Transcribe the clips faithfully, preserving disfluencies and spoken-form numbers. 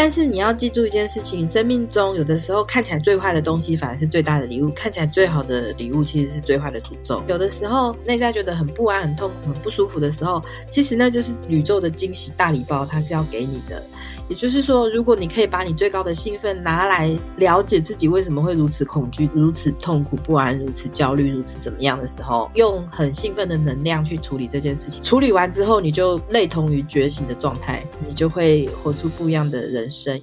但是你要记住一件事情，生命中有的时候看起来最坏的东西反而是最大的礼物，看起来最好的礼物其实是最坏的诅咒。有的时候内在觉得很不安、很痛苦、很不舒服的时候，其实那就是宇宙的惊喜大礼包，它是要给你的。也就是说，如果你可以把你最高的兴奋拿来了解自己为什么会如此恐惧、如此痛苦不安、如此焦虑、如此怎么样的时候，用很兴奋的能量去处理这件事情，处理完之后你就类同于觉醒的状态，你就会活出不一样的人生。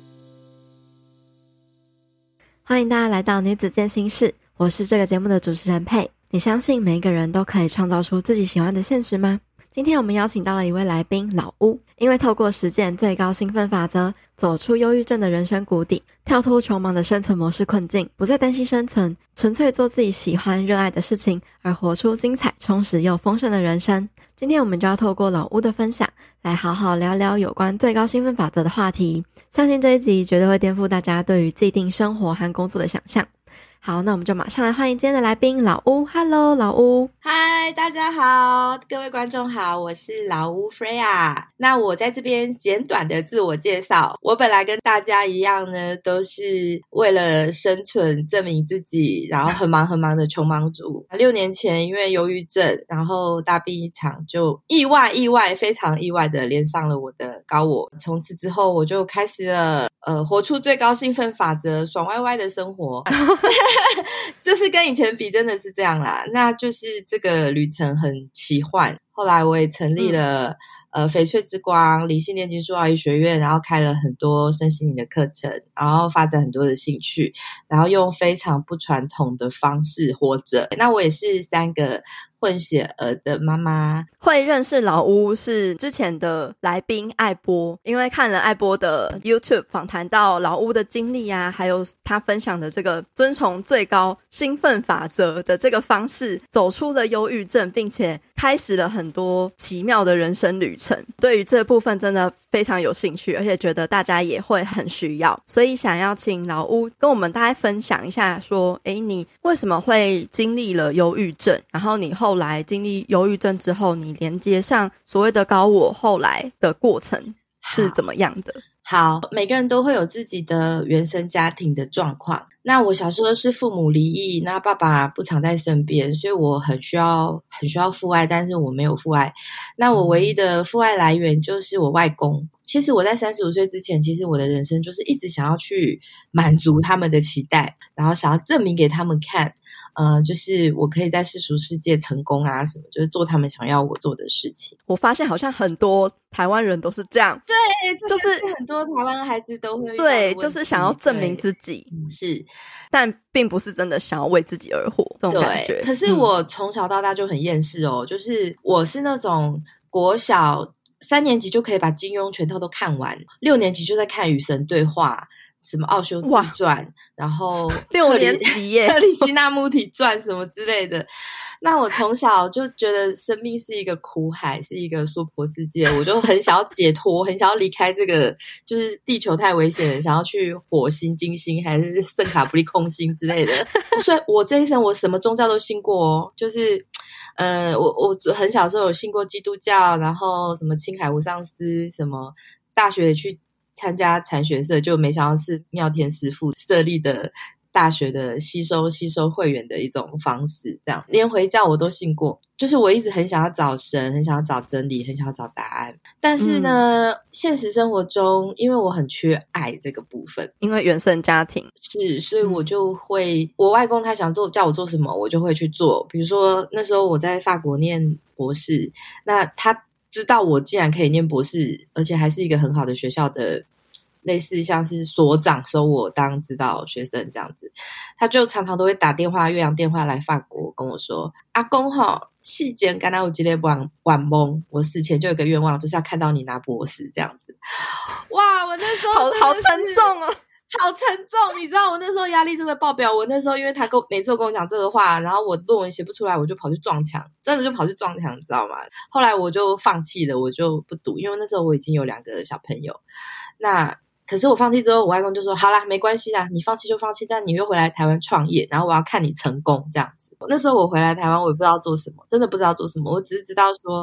欢迎大家来到女子健心室，我是这个节目的主持人佩。你相信每一个人都可以创造出自己喜欢的现实吗？今天我们邀请到了一位来宾老乌，因为透过实践最高兴奋法则，走出忧郁症的人生谷底，跳脱穷忙的生存模式困境，不再担心生存，纯粹做自己喜欢热爱的事情，而活出精彩充实又丰盛的人生。今天我们就要透过老乌的分享，来好好聊聊有关最高兴奋法则的话题。相信这一集绝对会颠覆大家对于既定生活和工作的想象。好，那我们就马上来欢迎今天的来宾老乌。 Hello 老乌。 嗨，大家好，各位观众好，我是老乌 Freya。 那我在这边简短的自我介绍，我本来跟大家一样呢，都是为了生存证明自己，然后很忙很忙的穷忙族。六年前因为忧郁症，然后大病一场，就意外意外非常意外的连上了我的高我。从此之后我就开始了呃，活出最高兴奋法则，爽歪歪的生活就是跟以前比真的是这样啦。那就是这个旅程很奇幻，后来我也成立了、嗯、呃翡翠之光理性炼金术奥义学院，然后开了很多身心灵的课程，然后发展很多的兴趣，然后用非常不传统的方式活着。那我也是三个混血儿的妈妈。 会认识老乌是之前的来宾艾波，因为看了艾波的 YouTube 访谈到老乌的经历啊，还有他分享的这个遵从最高兴奋法则的这个方式，走出了忧郁症，并且开始了很多奇妙的人生旅程。对于这部分真的非常有兴趣，而且觉得大家也会很需要，所以想要请老乌跟我们大家分享一下说，诶，你为什么会经历了忧郁症，然后你后来经历忧郁症之后，你连接上所谓的高我后来的过程是怎么样的？ 好，每个人都会有自己的原生家庭的状况。那我小时候是父母离异，那爸爸不常在身边，所以我很需要很需要父爱，但是我没有父爱。那我唯一的父爱来源就是我外公。其实我在三十五岁之前，其实我的人生就是一直想要去满足他们的期待，然后想要证明给他们看，呃，就是我可以在世俗世界成功啊，什么，就是做他们想要我做的事情。 我发现好像很多台湾人都是这样， 对， 就是这是很多台湾孩子都会遇到的问题。 对，就是想要证明自己， 是， 但并不是真的想要为自己而活，这种感觉。 对，可是我从小到大就很厌世哦、嗯、就是我是那种国小三年级就可以把金庸全套都看完，六年级就在看与神对话，什么奥修自传，然后六年级耶克里希那穆提传什么之类的。那我从小就觉得生命是一个苦海，是一个娑婆世界，我就很想要解脱，很想要离开这个，就是地球太危险了，想要去火星、金星还是圣卡布利空星之类的。所以我这一生我什么宗教都信过哦，就是呃，我我很小时候有信过基督教，然后什么青海无上师，什么大学也去参加禅学社，就没想到是妙天师父设立的大学的吸收吸收会员的一种方式，这样连回教我都信过。就是我一直很想要找神，很想要找真理，很想要找答案，但是呢、嗯、现实生活中因为我很缺爱这个部分， 因为原生家庭是，所以我就会、嗯、我外公他想做叫我做什么我就会去做。比如说那时候我在法国念博士，那他知道我既然可以念博士，而且还是一个很好的学校的类似像是所长收我当指导学生这样子，他就常常都会打电话越洋电话来法国跟我说，阿公齁世间刚才有一个晚晚梦，我死前就有一个愿望，就是要看到你拿博士这样子。哇，我那时候好好沉重哦， 好沉重，你知道我那时候压力真的爆表。我那时候因为他跟每次都跟我讲这个话，然后我论文写不出来，我就跑去撞墙，真的就跑去撞墙，你知道吗？后来我就放弃了，我就不读，因为那时候我已经有两个小朋友。那可是我放弃之后，我外公就说好啦，没关系啦，你放弃就放弃，但你又回来台湾创业，然后我要看你成功这样子。那时候我回来台湾，我也不知道做什么，真的不知道做什么，我只是知道说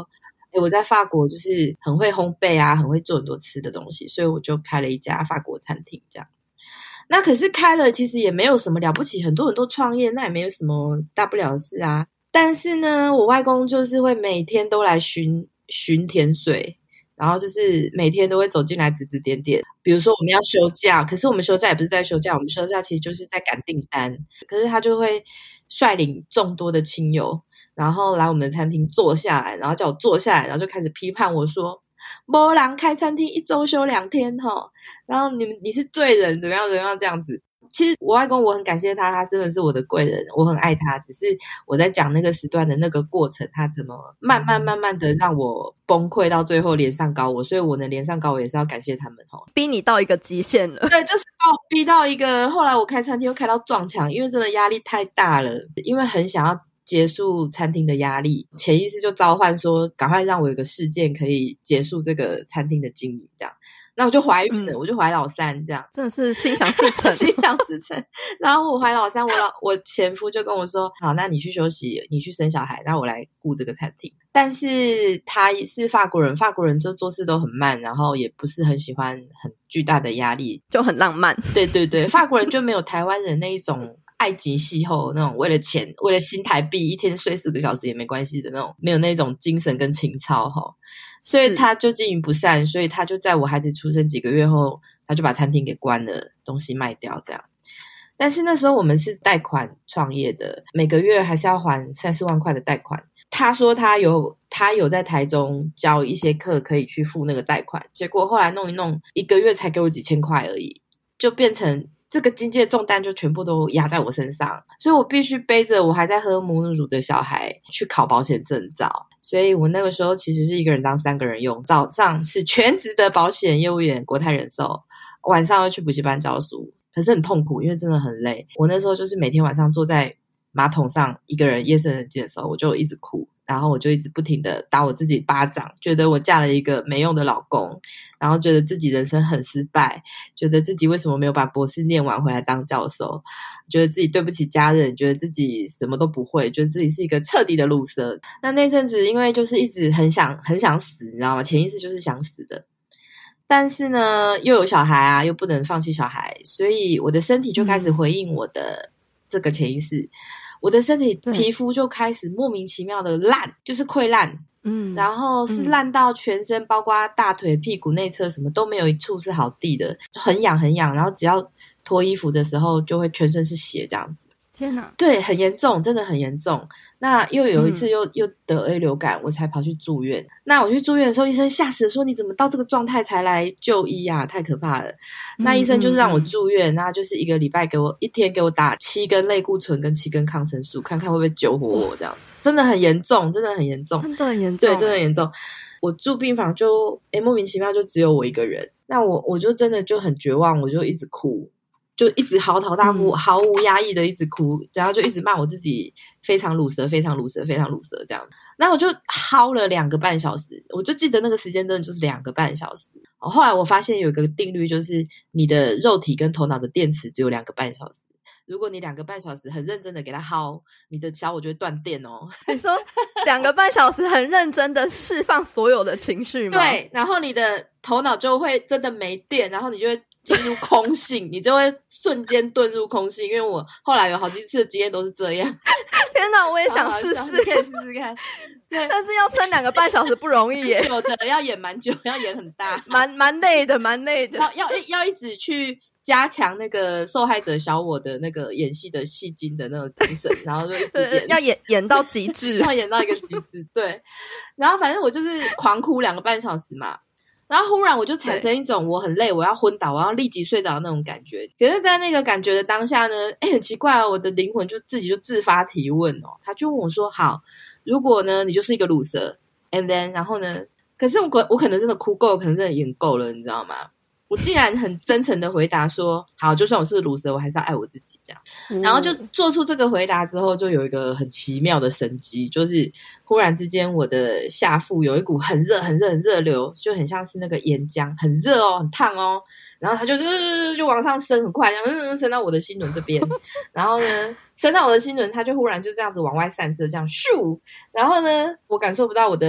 诶我在法国就是很会烘焙啊，很会做很多吃的东西，所以我就开了一家法国餐厅这样。那可是开了其实也没有什么了不起，很多人都创业，那也没有什么大不了的事啊。但是呢，我外公就是会每天都来巡巡甜水，然后就是每天都会走进来指指点点。比如说我们要休假，可是我们休假也不是在休假，我们休假其实就是在赶订单。可是他就会率领众多的亲友，然后来我们的餐厅坐下来，然后叫我坐下来，然后就开始批判我说，没人开餐厅一周休两天齁，然后你们你是罪人，怎么样怎么样这样子。其实我外公我很感谢他，他真的是我的贵人，我很爱他。只是我在讲那个时段的那个过程，他怎么慢慢慢慢的让我崩溃，到最后连上高我，所以我能连上高我也是要感谢他们齁， 逼你到一个极限了。 对，就是把我逼到一个，后来我开餐厅又开到撞墙，因为真的压力太大了，因为很想要结束餐厅的压力，潜意识就召唤说赶快让我有个事件可以结束这个餐厅的经营这样。那我就怀孕了、嗯、我就怀老三这样， 真的是心想事成心想事成。然后我怀老三，我老我前夫就跟我说，好，那你去休息，你去生小孩，那我来顾这个餐厅。但是他是法国人，法国人就做事都很慢，然后也不是很喜欢很巨大的压力， 就很浪漫。 对对对，法国人就没有台湾人那一种爱极细后那种为了钱为了新台币一天睡四个小时也没关系的那种，没有那种精神跟情操齁。所以他就经营不善，所以他就在我孩子出生几个月后，他就把餐厅给关了，东西卖掉这样。但是那时候我们是贷款创业的，每个月还是要还三四万块的贷款。他说他有他有在台中教一些课可以去付那个贷款，结果后来弄一弄，一个月才给我几千块而已，就变成这个经济的重担就全部都压在我身上，所以我必须背着我还在喝母乳的小孩去考保险证照。所以我那个时候其实是一个人当三个人用，早上是全职的保险业务员国泰人寿，晚上又去补习班教书，可是很痛苦，因为真的很累。我那时候就是每天晚上坐在马桶上一个人夜深人静的时候，我就一直哭，然后我就一直不停的打我自己巴掌，觉得我嫁了一个没用的老公，然后觉得自己人生很失败，觉得自己为什么没有把博士念完回来当教授，觉得自己对不起家人，觉得自己什么都不会，觉得自己是一个彻底的loser。那那阵子因为就是一直很想很想死，你知道吗？潜意识就是想死的，但是呢又有小孩啊，又不能放弃小孩，所以我的身体就开始回应我的这个潜意识，我的身体皮肤就开始莫名其妙的烂，就是溃烂，嗯，然后是烂到全身、嗯、包括大腿、屁股内侧什么都没有一处是好地的，就很痒很痒，然后只要脱衣服的时候就会全身是血这样子。 天哪， 对，很严重，真的很严重。那又有一次又、嗯、又得 A 流感，我才跑去住院。那我去住院的时候，医生吓死了，说你怎么到这个状态才来就医啊？太可怕了。嗯、那医生就是让我住院，嗯、那就是一个礼拜给我一天给我打七根类固醇跟七根抗生素，看看会不会救活我这样。真的很严重，真的很严重， 真的很严重， 对，真的很严重。我住病房就诶莫名其妙就只有我一个人，那我我就真的就很绝望，我就一直哭。就一直嚎啕大哭、嗯、毫无压抑的一直哭，然后就一直骂我自己非常鲁蛇非常鲁蛇非常鲁蛇这样。然后我就嚎了两个半小时，我就记得那个时间真的就是两个半小时。后来我发现有一个定律，就是你的肉体跟头脑的电池只有两个半小时，如果你两个半小时很认真的给它薅，你的小我就会断电哦。 你说两个半小时很认真的释放所有的情绪吗？ 对，然后你的头脑就会真的没电，然后你就会进入空性，你就会瞬间遁入空性。因为我后来有好几次的经验都是这样。 天哪，我也想试试， 可以试试看。对， 但是要撑两个半小时不容易耶， 久的要演蛮久，要演很大， 蛮蛮累的，蛮累的。 要要要一直去加强那个受害者小我的那个演戏的戏精的那种精神，然后就一直演， 要演演到极致， 要演到一个极致。对，然后反正我就是狂哭两个半小时嘛。然后忽然我就产生一种我很累，我要昏倒，我要立即睡着的那种感觉。可是在那个感觉的当下呢，诶很奇怪哦，我的灵魂就自己就自发提问哦，他就问我说，好，如果呢你就是一个loser and then 然后呢，可是我我可能真的哭够了，可能真的演够了，你知道吗？我竟然很真诚的回答说，好，就算我是loser，我还是要爱我自己这样、嗯、然后就做出这个回答之后，就有一个很奇妙的神迹，就是忽然之间我的下腹有一股很热很热很热流，就很像是那个岩浆，很热哦，很烫哦，然后它就就就往上升，很快嗯升到我的心轮这边然后呢升到我的心轮，它就忽然就这样子往外散射，这样咻，然后呢我感受不到我的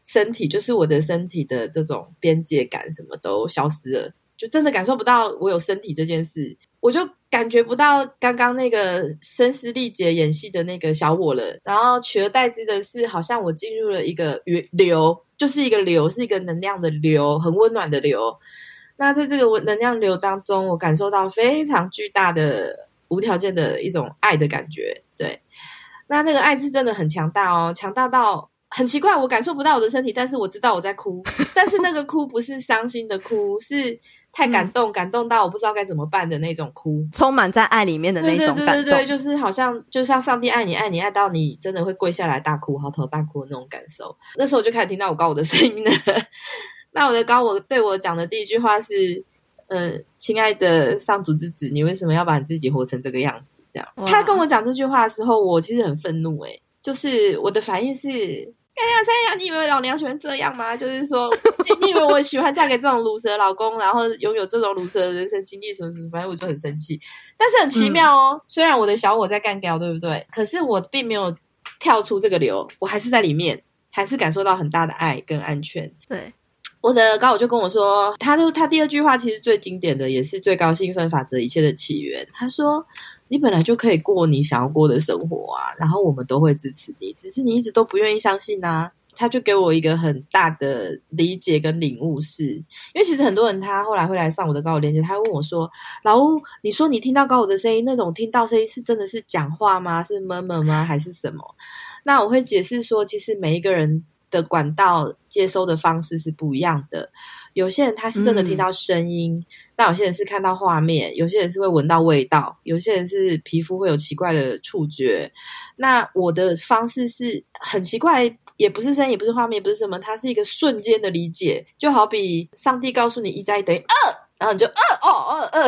身体，就是我的身体的这种边界感什么都消失了，就真的感受不到我有身体这件事，我就感觉不到刚刚那个声嘶力竭演戏的那个小我了。然后取而代之的是，好像我进入了一个流，就是一个流，是一个能量的流，很温暖的流。那在这个能量流当中，我感受到非常巨大的无条件的一种爱的感觉。对，那那个爱是真的很强大哦，强大到很奇怪，我感受不到我的身体，但是我知道我在哭，但是那个哭不是伤心的哭，是太感动、嗯、感动到我不知道该怎么办的那种哭， 充满在爱里面的那种感动。 对对对对对，就是好像就像上帝爱你爱你爱到你真的会跪下来大哭嚎啕大哭的那种感受。那时候我就开始听到我高我的声音了那我的高我对我讲的第一句话是嗯，亲爱的上主之子，你为什么要把你自己活成这个样子这样。他跟我讲这句话的时候，我其实很愤怒诶、欸、就是我的反应是哎呀，三呀，你以为老娘喜欢这样吗？就是说，你以为我喜欢嫁给这种鲁蛇老公，然后拥有这种鲁蛇的人生经历什么什么？反正我就很生气。但是很奇妙哦，嗯、虽然我的小我在干掉，对不对？可是我并没有跳出这个流，我还是在里面，还是感受到很大的爱跟安全。 对， 我的高我就跟我说，他就他第二句话其实最经典的，也是最高兴奋法则一切的起源。他说，你本来就可以过你想要过的生活啊，然后我们都会支持你，只是你一直都不愿意相信啊。他就给我一个很大的理解跟领悟是，因为其实很多人他后来会来上我的高我连结，他会问我说，老吴，你说你听到高我的声音，那种听到声音是真的是讲话吗？是 murmur 吗？还是什么？那我会解释说，其实每一个人的管道接收的方式是不一样的，有些人他是真的听到声音、嗯、那有些人是看到画面，有些人是会闻到味道，有些人是皮肤会有奇怪的触觉。那我的方式是很奇怪，也不是声音，也不是画面，也不是什么，它是一个瞬间的理解，就好比上帝告诉你一加一等于二，然后你就二哦二二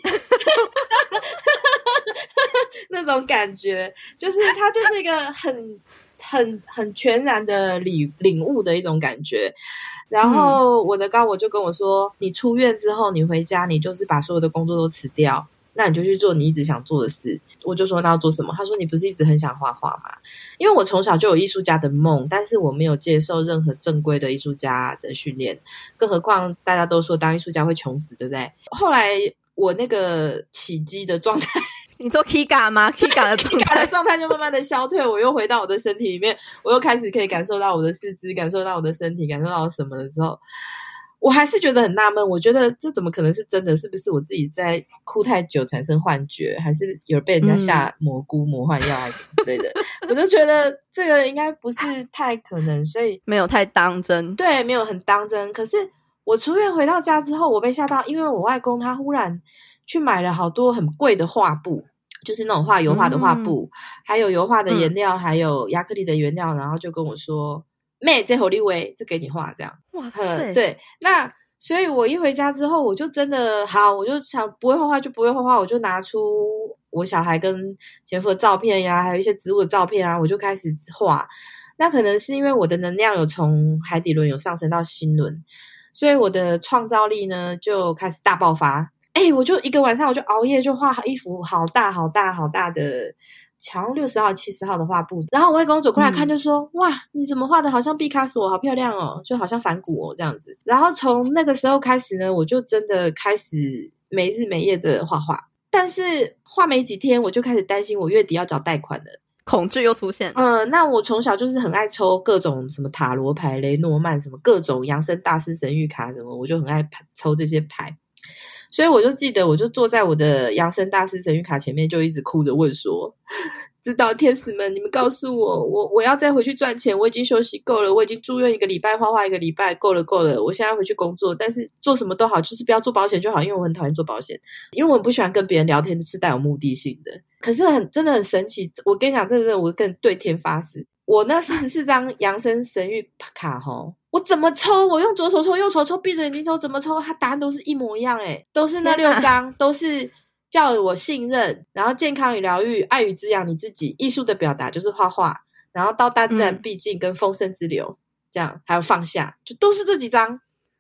那种感觉，就是它就是一个很很很全然的领领悟的一种感觉。然后我的高我就跟我说，你出院之后你回家，你就是把所有的工作都辞掉，那你就去做你一直想做的事。我就说那要做什么？他说你不是一直很想画画吗？因为我从小就有艺术家的梦，但是我没有接受任何正规的艺术家的训练，更何况大家都说当艺术家会穷死，对不对？后来我那个起鸡的状态， 你做 Kiga 吗 Kiga 的状态的状态就慢慢的消退，我又回到我的身体里面，我又开始可以感受到我的四肢，感受到我的身体，感受到什么的时候，我还是觉得很纳闷，我觉得这怎么可能是真的？是不是我自己在哭太久产生幻觉，还是有被人家下蘑菇、嗯、魔幻药还是什么之类的我就觉得这个应该不是太可能，所以没有太当真。 对，没有很当真。可是我出院回到家之后，我被吓到，因为我外公他忽然去买了好多很贵的画布，就是那种画油画的画布、嗯、还有油画的颜料、嗯、还有亚克力的原料，然后就跟我说，妹，这火力威，这给你画，这样。 哇塞！ 对，那所以我一回家之后，我就真的好，我就想不会画画就不会画画，我就拿出我小孩跟前夫的照片呀，还有一些植物的照片啊，我就开始画。那可能是因为我的能量有从海底轮有上升到心轮，所以我的创造力呢就开始大爆发。哎，我就一个晚上我就熬夜就画一幅好大好大好大的。好像六十号七十号的画布，然后我外公走过来看就说、嗯、哇你怎么画的好像毕卡索，好漂亮哦，就好像梵谷哦这样子。然后从那个时候开始呢，我就真的开始没日没夜的画画，但是画没几天我就开始担心我月底要找贷款了， 恐惧又出现。 嗯、呃，那我从小就是很爱抽各种什么塔罗牌、雷诺曼什么各种扬声大师神谕卡什么，我就很爱抽这些牌。所以我就记得我就坐在我的扬声大师神谕卡前面，就一直哭着问说，指导天使们，你们告诉我，我我要再回去赚钱，我已经休息够了，我已经住院一个礼拜，画画一个礼拜，够了够了，我现在回去工作，但是做什么都好，就是不要做保险就好，因为我很讨厌做保险，因为我很不喜欢跟别人聊天是带有目的性的。可是很真的很神奇，我跟你讲，真的我跟对天发誓，我那四十四张扬声神谕卡齁，我怎么抽，我用左手抽右手抽闭着眼睛抽，怎么抽它答案都是一模一样诶，都是那六张，都是叫我信任，然后健康与疗愈，爱与滋养你自己，艺术的表达就是画画，然后到大自然毕竟跟丰盛之流、嗯、这样，还有放下，就都是这几张。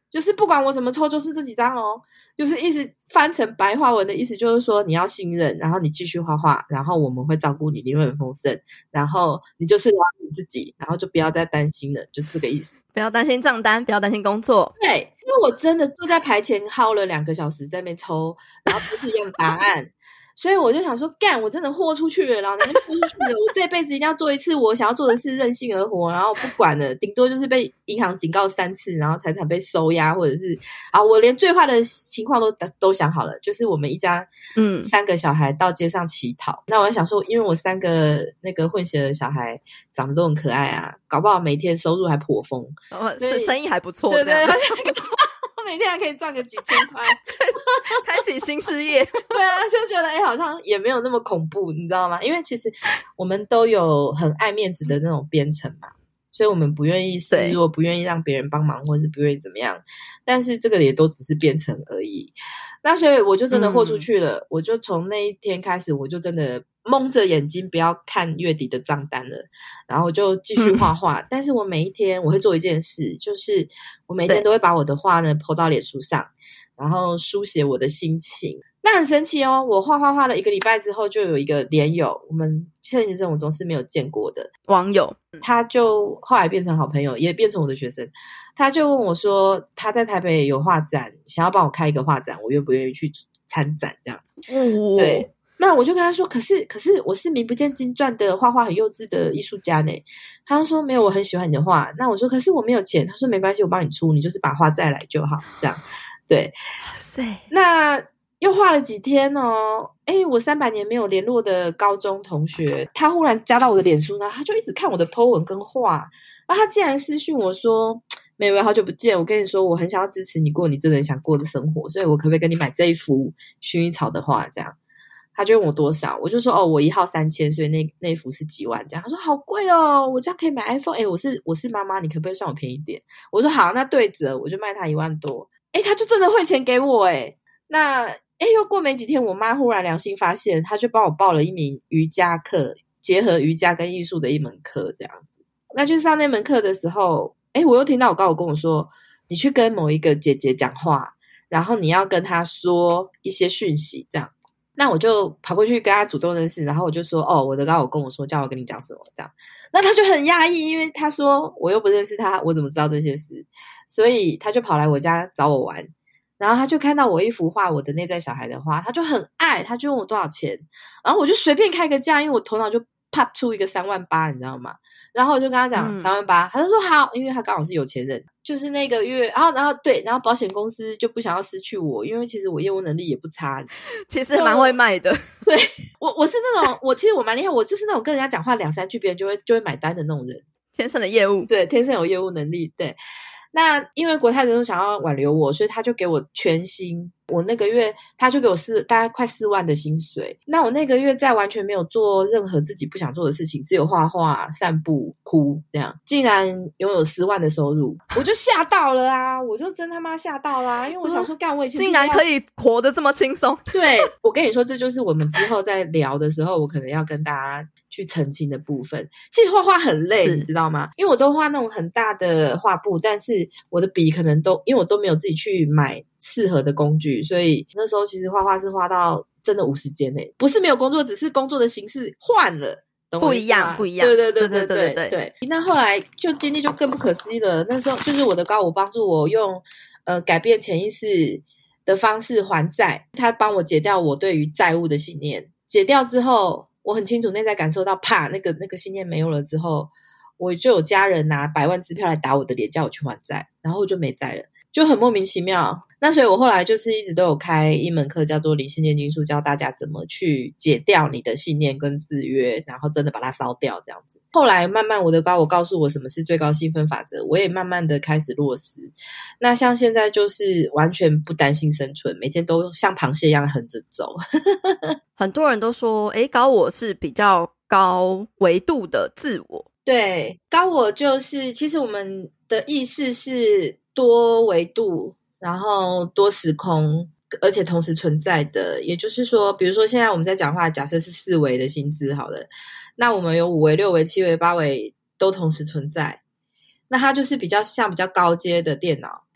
就是不管我怎么抽就是这几张哦，就是意思翻成白话文的意思就是说你要信任，然后你继续画画，然后我们会照顾你，你会很丰盛，然后你就是要你自己，然后就不要再担心了，就是这个意思。 不要担心账单，不要担心工作。 对，因为我真的坐在排前耗了两个小时在那边抽，然后不是一样答案所以我就想说干，我真的豁出去了，老娘就豁出去了我这辈子一定要做一次我想要做的事，任性而活，然后不管了，顶多就是被银行警告三次，然后财产被收押，或者是啊，我连最坏的情况都都想好了，就是我们一家嗯三个小孩到街上乞讨、嗯、那我想说因为我三个那个混血的小孩长得都很可爱啊，搞不好每天收入还颇丰， 哦，是生意还不错， 对对对每天还可以赚个几千块开启新事业对啊，就觉得哎、欸，好像也没有那么恐怖你知道吗？因为其实我们都有很爱面子的那种编程嘛，所以我们不愿意示弱，不愿意让别人帮忙，或者是不愿意怎么样，但是这个也都只是编程而已。那所以我就真的豁出去了、嗯、我就从那一天开始我就真的蒙着眼睛不要看月底的账单了，然后我就继续画画、嗯、但是我每一天我会做一件事，就是我每天都会把我的画呢 po 到脸书上，然后书写我的心情。那很神奇哦，我画画画了一个礼拜之后，就有一个连友，我们现实生活中是没有见过的网友， 他就后来变成好朋友，也变成我的学生。他就问我说他在台北有画展，想要帮我开一个画展，我愿不愿意去参展这样、哦、对，那我就跟他说可是可是我是名不见经传的画画很幼稚的艺术家呢。他就说没有，我很喜欢你的画。那我说可是我没有钱。他说没关系，我帮你出，你就是把画再来就好这样。对， 哇塞，那又画了几天哦，诶我三百年没有联络的高中同学，他忽然加到我的脸书上，他就一直看我的 po 文跟画，然后他竟然私讯我说美薇好久不见，我跟你说我很想要支持你过你真的很想过的生活，所以我可不可以跟你买这一幅薰衣草的画这样。他就问我多少，我就说哦我一号三千，所以那那一幅是几万这样。他说好贵哦，我这样可以买 iPhone， 诶我是我是妈妈，你可不可以算我便宜一点。我说好，那对折我就卖他一万多。诶他就真的汇钱给我诶那诶又过没几天，我妈忽然良心发现，她就帮我报了一名瑜伽课，结合瑜伽跟艺术的一门课这样子。那就上那门课的时候，诶我又听到我高我跟我说你去跟某一个姐姐讲话，然后你要跟她说一些讯息这样。那我就跑过去跟她主动认识，然后我就说哦，我的高我跟我说叫我跟你讲什么这样。那他就很压抑，因为他说我又不认识他，我怎么知道这些事，所以他就跑来我家找我玩。然后他就看到我一幅画我的内在小孩的画，他就很爱，他就问我多少钱，然后我就随便开个价，因为我头脑就 pop 出一个三万八，你知道吗？然后我就跟他讲三万八，他就说好，因为他刚好是有钱人，就是那个月，然后然后对，然后保险公司就不想要失去我，因为其实我业务能力也不差， 其实蛮会卖的。 对，我我是那种我其实我蛮厉害，我就是那种跟人家讲话两三句别人就会就会买单的那种人， 天生的业务， 对，天生有业务能力，对。那因为国泰人寿想要挽留我，所以他就给我全薪，我那个月他就给我四大概快四万的薪水。那我那个月在完全没有做任何自己不想做的事情，只有画画、散步、哭这样，竟然拥有十万的收入，我就吓到了啊！我就真他妈吓到啦、啊！因为我想说，干我以前竟然可以活得这么轻松。 对，我跟你说，这就是我们之后在聊的时候，我可能要跟大家去澄清的部分。其实画画很累，你知道吗？因为我都画那种很大的画布，但是我的笔可能都因为我都没有自己去买适合的工具，所以那时候其实画画是画到真的无时间诶，不是没有工作，只是工作的形式换了， 不一样不一样。 对对对对对对对对。那后来就经历就更不可思议了，那时候就是我的高我帮助我用呃改变潜意识的方式还债，他帮我解掉我对于债务的信念，解掉之后我很清楚内在感受到啪那个那个信念没有了之后，我就有家人拿百万支票来打我的脸叫我去还债，然后我就没债了，就很莫名其妙。那所以我后来就是一直都有开一门课叫做灵性炼金术，教大家怎么去解掉你的信念跟制约，然后真的把它烧掉这样子。后来慢慢我的高我告诉我什么是最高兴奋法则，我也慢慢的开始落实。那像现在就是完全不担心生存，每天都像螃蟹一样横着走。 很多人都说诶高我是比较高维度的自我。 对，高我就是其实我们的意识是多维度，然后多时空，而且同时存在的。也就是说比如说现在我们在讲话，假设是四维的心智好了，那我们有五维、六维、七维、八维都同时存在，那它就是比较像比较高阶的电脑。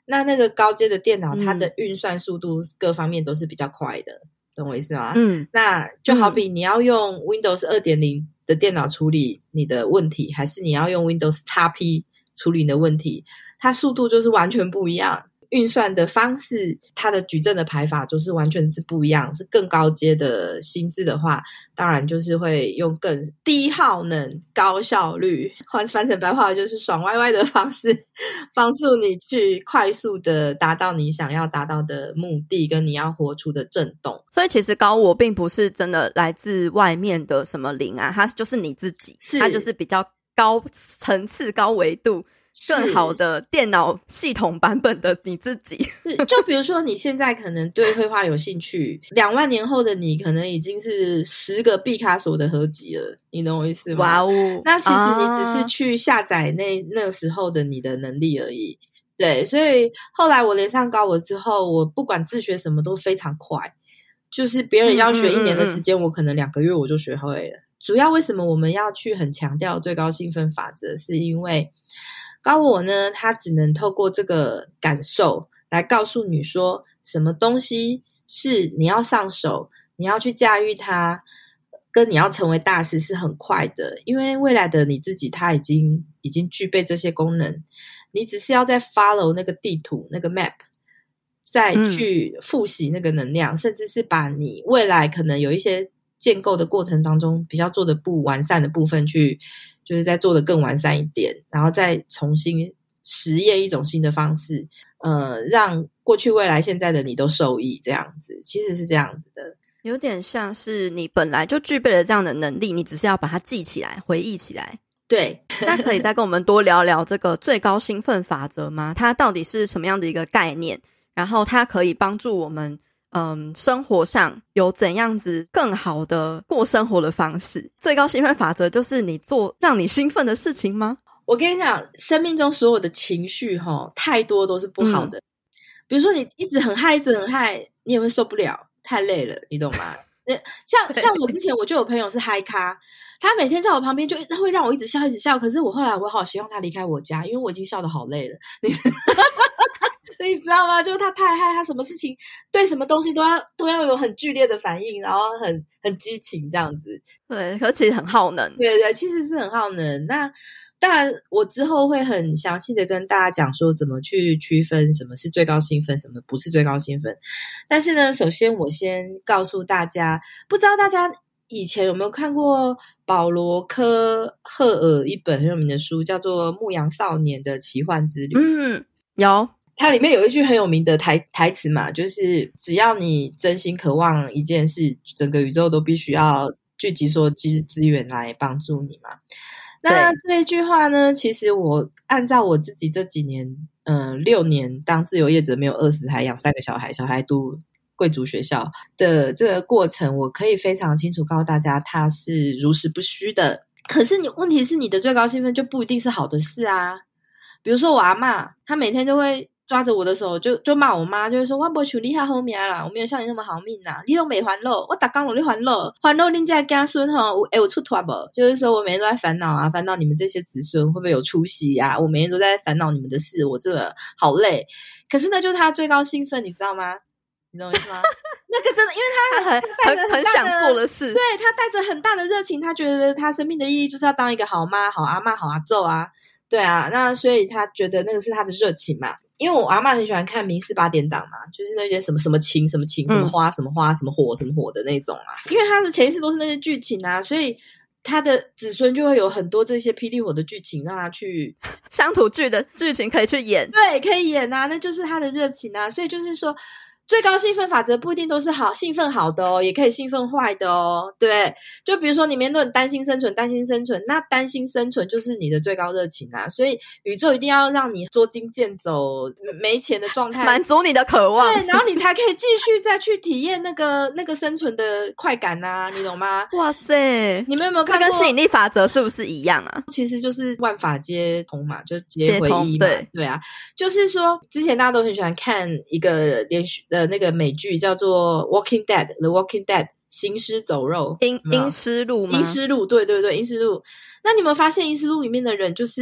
那那个高阶的电脑、 嗯、 它的运算速度各方面都是比较快的，懂我意思吗？ 嗯， 那就好比你要用 Windows 二点零 的电脑处理你的问题，还是你要用 Windows X P 处理你的问题，它速度就是完全不一样，运算的方式，它的矩阵的排法就是完全是不一样，是更高阶的心智的话，当然就是会用更低耗能、高效率，换翻成白话就是爽歪歪的方式，帮助你去快速的达到你想要达到的目的，跟你要活出的震动。 所以其实高我并不是真的来自外面的什么灵啊，它就是你自己，它就是比较高层次、高维度。更好的电脑系统版本的你自己。 就比如说你现在可能对绘画有兴趣，两万年后的你可能已经是十个毕卡索的合集了，你懂我意思吗？ 哇哦！ 那其实你只是去下载那那时候的你的能力而已。对，所以后来我连上高我之后，我不管自学什么都非常快，就是别人要学一年的时间，嗯嗯嗯嗯，我可能两个月我就学会了。主要为什么我们要去很强调最高兴奋法则，是因为高我呢，它只能透过这个感受来告诉你说什么东西是你要上手，你要去驾驭它，跟你要成为大师是很快的，因为未来的你自己它已经已经具备这些功能，你只是要再 follow 那个地图那个 map， 再去复习那个能量、嗯、甚至是把你未来可能有一些建构的过程当中比较做的不完善的部分去就是再做的更完善一点，然后再重新实验一种新的方式，呃，让过去未来现在的你都受益，这样子其实是这样子的， 有点像是你本来就具备了这样的能力，你只是要把它记起来回忆起来。 对， 那可以再跟我们多聊聊这个最高兴奋法则吗？它到底是什么样的一个概念，然后它可以帮助我们嗯，生活上有怎样子更好的过生活的方式？最高兴奋法则就是你做让你兴奋的事情吗？ 我跟你讲，生命中所有的情绪齁，太多都是不好的、嗯、比如说你一直很嗨一直很嗨，你也会受不了，太累了，你懂吗？像像我之前我就有朋友是嗨咖，他每天在我旁边就会让我一直笑一直笑，可是我后来我好希望他离开我家，因为我已经笑得好累了，你你知道吗？就是他太嗨，他什么事情对什么东西都要都要有很剧烈的反应，然后很很激情这样子。 对，而且很耗能。 对对，其实是很耗能。那当然我之后会很详细的跟大家讲说怎么去区分什么是最高兴奋，什么不是最高兴奋。但是呢，首先我先告诉大家，不知道大家以前有没有看过保罗科赫尔一本很有名的书，叫做《牧羊少年的奇幻之旅》。 嗯，有。 它里面有一句很有名的台台词嘛，就是只要你真心渴望一件事，整个宇宙都必须要聚集所有资源来帮助你嘛。那这一句话呢，其实我按照我自己这几年嗯、呃，六年当自由业者，没有饿死，还养三个小孩，小孩读贵族学校的这个过程，我可以非常清楚告诉大家它是如实不虚的。可是你问题是你的最高兴奋就不一定是好的事啊。比如说我阿嬷，她每天就会抓着我的手就就骂我妈，就会说我没处理好好命啦，我没有像你那么好命啦，你都没烦恼，我每天都在烦恼，烦恼你这家孙齁有有出托不？就是说我每天都在烦恼啊，烦恼你们这些子孙会不会有出息啊，我每天都在烦恼你们的事，我真的好累。可是呢就是他最高兴奋，你知道吗？你懂我意思吗？那个真的，因为他很带着 很, 很, 很想做的事， 对，他带着很大的热情，他觉得他生命的意义就是要当一个好妈、好阿嬷、好阿祖啊。对啊，那所以他觉得那个是他的热情嘛。因为我阿嬷很喜欢看民视八点档嘛，就是那些什么什么情什么情什么花、嗯、什么花什么火什么火的那种啊。因为他的潜意识都是那些剧情啊，所以他的子孙就会有很多这些霹雳火的剧情让他去乡土剧的剧情可以去演， 对，可以演啊，那就是他的热情啊。所以就是说最高兴奋法则不一定都是好兴奋好的哦，也可以兴奋坏的哦，对，就比如说你面对担心生存担心生存，那担心生存就是你的最高热情啊，所以宇宙一定要让你捉襟见肘没钱的状态， 满足你的渴望， 对，然后你才可以继续再去体验那个那个生存的快感啊，你懂吗？ 哇塞， 你们有没有看过这跟吸引力法则是不是一样啊？ 其实就是万法皆通嘛，就皆回一嘛， 对对啊，就是说之前大家都很喜欢看一个连续呃那个美剧叫做 Walking Dead The Walking Dead 行尸走肉， 阴阴尸路吗？ 阴尸路，对对对，阴尸路。那你有没有发现阴尸路里面的人就是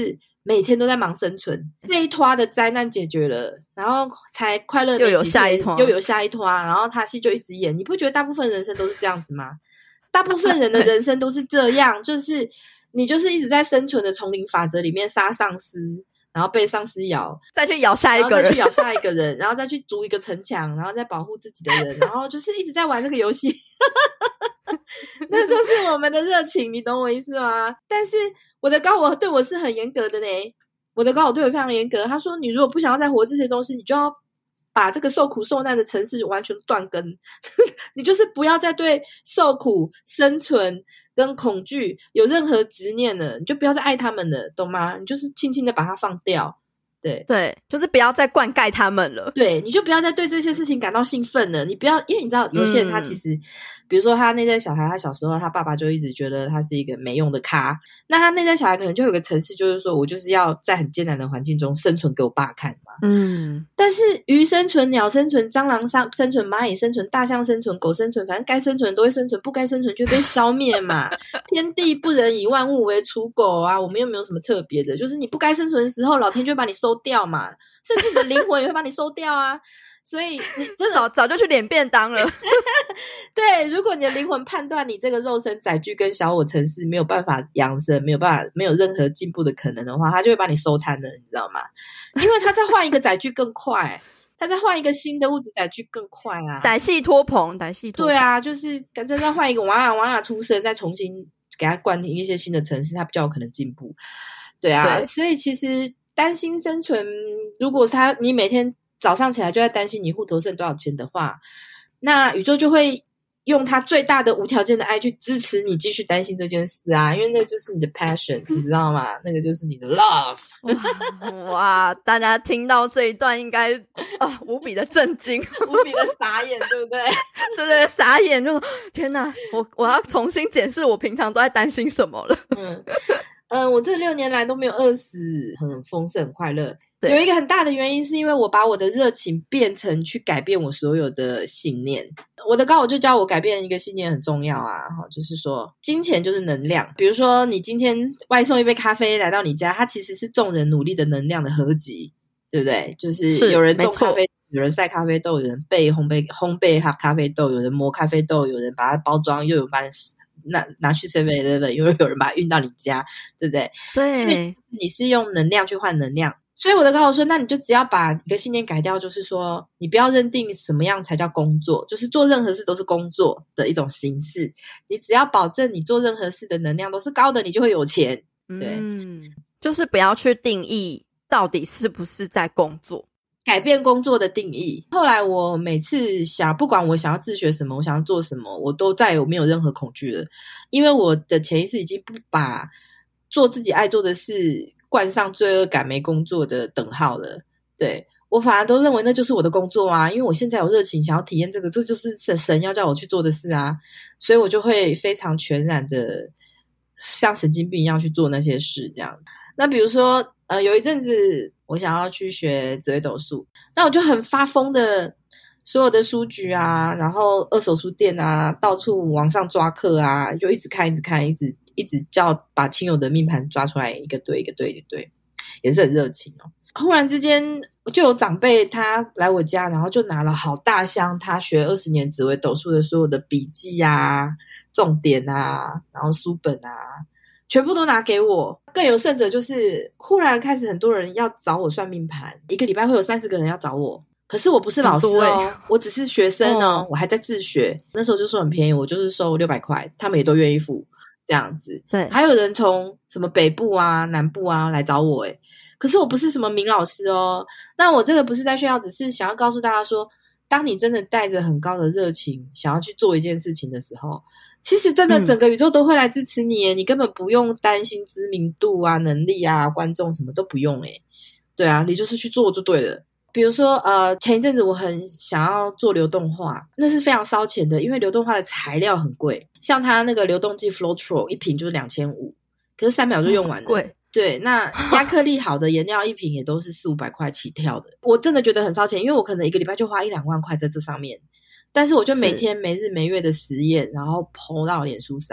每天都在忙生存。这一拖的灾难解决了，然后才快乐没几天又有下一拖又有下一拖，然后他戏就一直演。你不觉得大部分人生都是这样子吗？大部分人的人生都是这样，就是你就是一直在生存的丛林法则里面杀丧尸，然后被丧尸咬， 再去咬下一个人， 然后再去咬下一个人，然后再去筑一个城墙，然后再保护自己的人，然后就是一直在玩这个游戏。那就是我们的热情，你懂我意思吗？但是我的高我对我是很严格的呢，我的高我对我非常严格。他说，你如果不想要再活这些东西，你就要把这个受苦受难的城市完全断根。你就是不要再对受苦、生存跟恐惧有任何执念了，你就不要再爱他们了，懂吗？你就是轻轻的把它放掉。对对，就是不要再灌溉他们了。 对，你就不要再对这些事情感到兴奋了。你不要，因为你知道有些人他其实、嗯、比如说他内在小孩，他小时候他爸爸就一直觉得他是一个没用的咖，那他内在小孩可能就有个程式，就是说我就是要在很艰难的环境中生存给我爸看嘛。嗯，但是鱼生存、鸟生存、蟑螂生存、蚂蚁生存、大象生存、狗生存，反正该生存都会生存，不该生存就被消灭嘛。天地不仁，以万物为刍狗啊，我们又没有什么特别的，就是你不该生存的时候，老天就会把你收掉嘛，甚至你的灵魂也会把你收掉啊。所以你真的早早就去领便当了。 对，如果你的灵魂判断你这个肉身载具跟小我程式没有办法扬升，没有办法，没有任何进步的可能的话，他就会把你收摊了，你知道吗？因为他再换一个载具更快，他再换一个新的物质载具更快啊。 歹戏拖棚，歹戏拖棚。 对啊，就是干脆再换一个娃娃娃娃出生，再重新给他灌进一些新的程式，他比较有可能进步。对啊，对，所以其实担心生存，如果他你每天早上起来就在担心你户头剩多少钱的话，那宇宙就会用它最大的无条件的爱去支持你继续担心这件事啊，因为那就是你的 passion， 你知道吗？那个就是你的 love。 哇, 哇大家听到这一段应该、哦、无比的震惊， 无比的傻眼，对不对？ 对对，傻眼，就说天哪，我我要重新检视我平常都在担心什么了。 嗯嗯、呃，我这六年来都没有饿死，很丰盛很快乐。有一个很大的原因是因为我把我的热情变成去改变我所有的信念。我的高我就教我改变一个信念很重要啊，就是说金钱就是能量。比如说你今天外送一杯咖啡来到你家，它其实是众人努力的能量的合集，对不对？就是有人种咖啡，有人晒咖啡豆，有人焙烘焙烘焙咖啡豆，有人磨咖啡豆，有人把它包装，又有人把它拿拿去 seven eleven， 又有人把它运到你家，对不对？ 对， 所以你是用能量去换能量。所以我的高我说，那你就只要把一个信念改掉，就是说你不要认定什么样才叫工作，就是做任何事都是工作的一种形式，你只要保证你做任何事的能量都是高的，你就会有钱。对， 嗯，就是不要去定义到底是不是在工作， 改变工作的定义。后来我每次想，不管我想要自学什么，我想要做什么，我都再也没有任何恐惧了，因为我的潜意识已经不把做自己爱做的事冠上罪恶感没工作的等号了。对，我反而都认为那就是我的工作啊，因为我现在有热情想要体验这个，这就是神要叫我去做的事啊，所以我就会非常全然的像神经病一样去做那些事这样。那比如说呃，有一阵子我想要去学紫微斗数，那我就很发疯的所有的书局啊，然后二手书店啊，到处往上抓课啊，就一直看一直看一直一直叫把亲友的命盘抓出来，一个对一个对一个对，也是很热情哦。忽然之间就有长辈他来我家，然后就拿了好大箱他学二十年紫微斗数的所有的笔记啊、重点啊，然后书本啊，全部都拿给我。更有甚者就是忽然开始很多人要找我算命盘，一个礼拜会有三十个人要找我，可是我不是老师哦，欸、我只是学生哦、嗯，我还在自学。那时候就说很便宜，我就是收六百块，他们也都愿意付这样子。 对， 还有人从什么北部啊、南部啊来找我，诶可是我不是什么名老师哦。那我这个不是在炫耀，只是想要告诉大家说，当你真的带着很高的热情想要去做一件事情的时候，其实真的整个宇宙都会来支持你耶、嗯、你根本不用担心知名度啊、能力啊、观众什么都不用耶。对啊，你就是去做就对了。比如说呃，前一阵子我很想要做流动画，那是非常烧钱的，因为流动画的材料很贵，像它那个流动剂 Floetrol 一瓶就是两千五，可是三秒就用完了、嗯、贵。对，那亚克力好的颜料一瓶也都是四五百块起跳的，我真的觉得很烧钱，因为我可能一个礼拜就花一两万块在这上面，但是我就每天没日没月的实验，然后 po 到脸书上，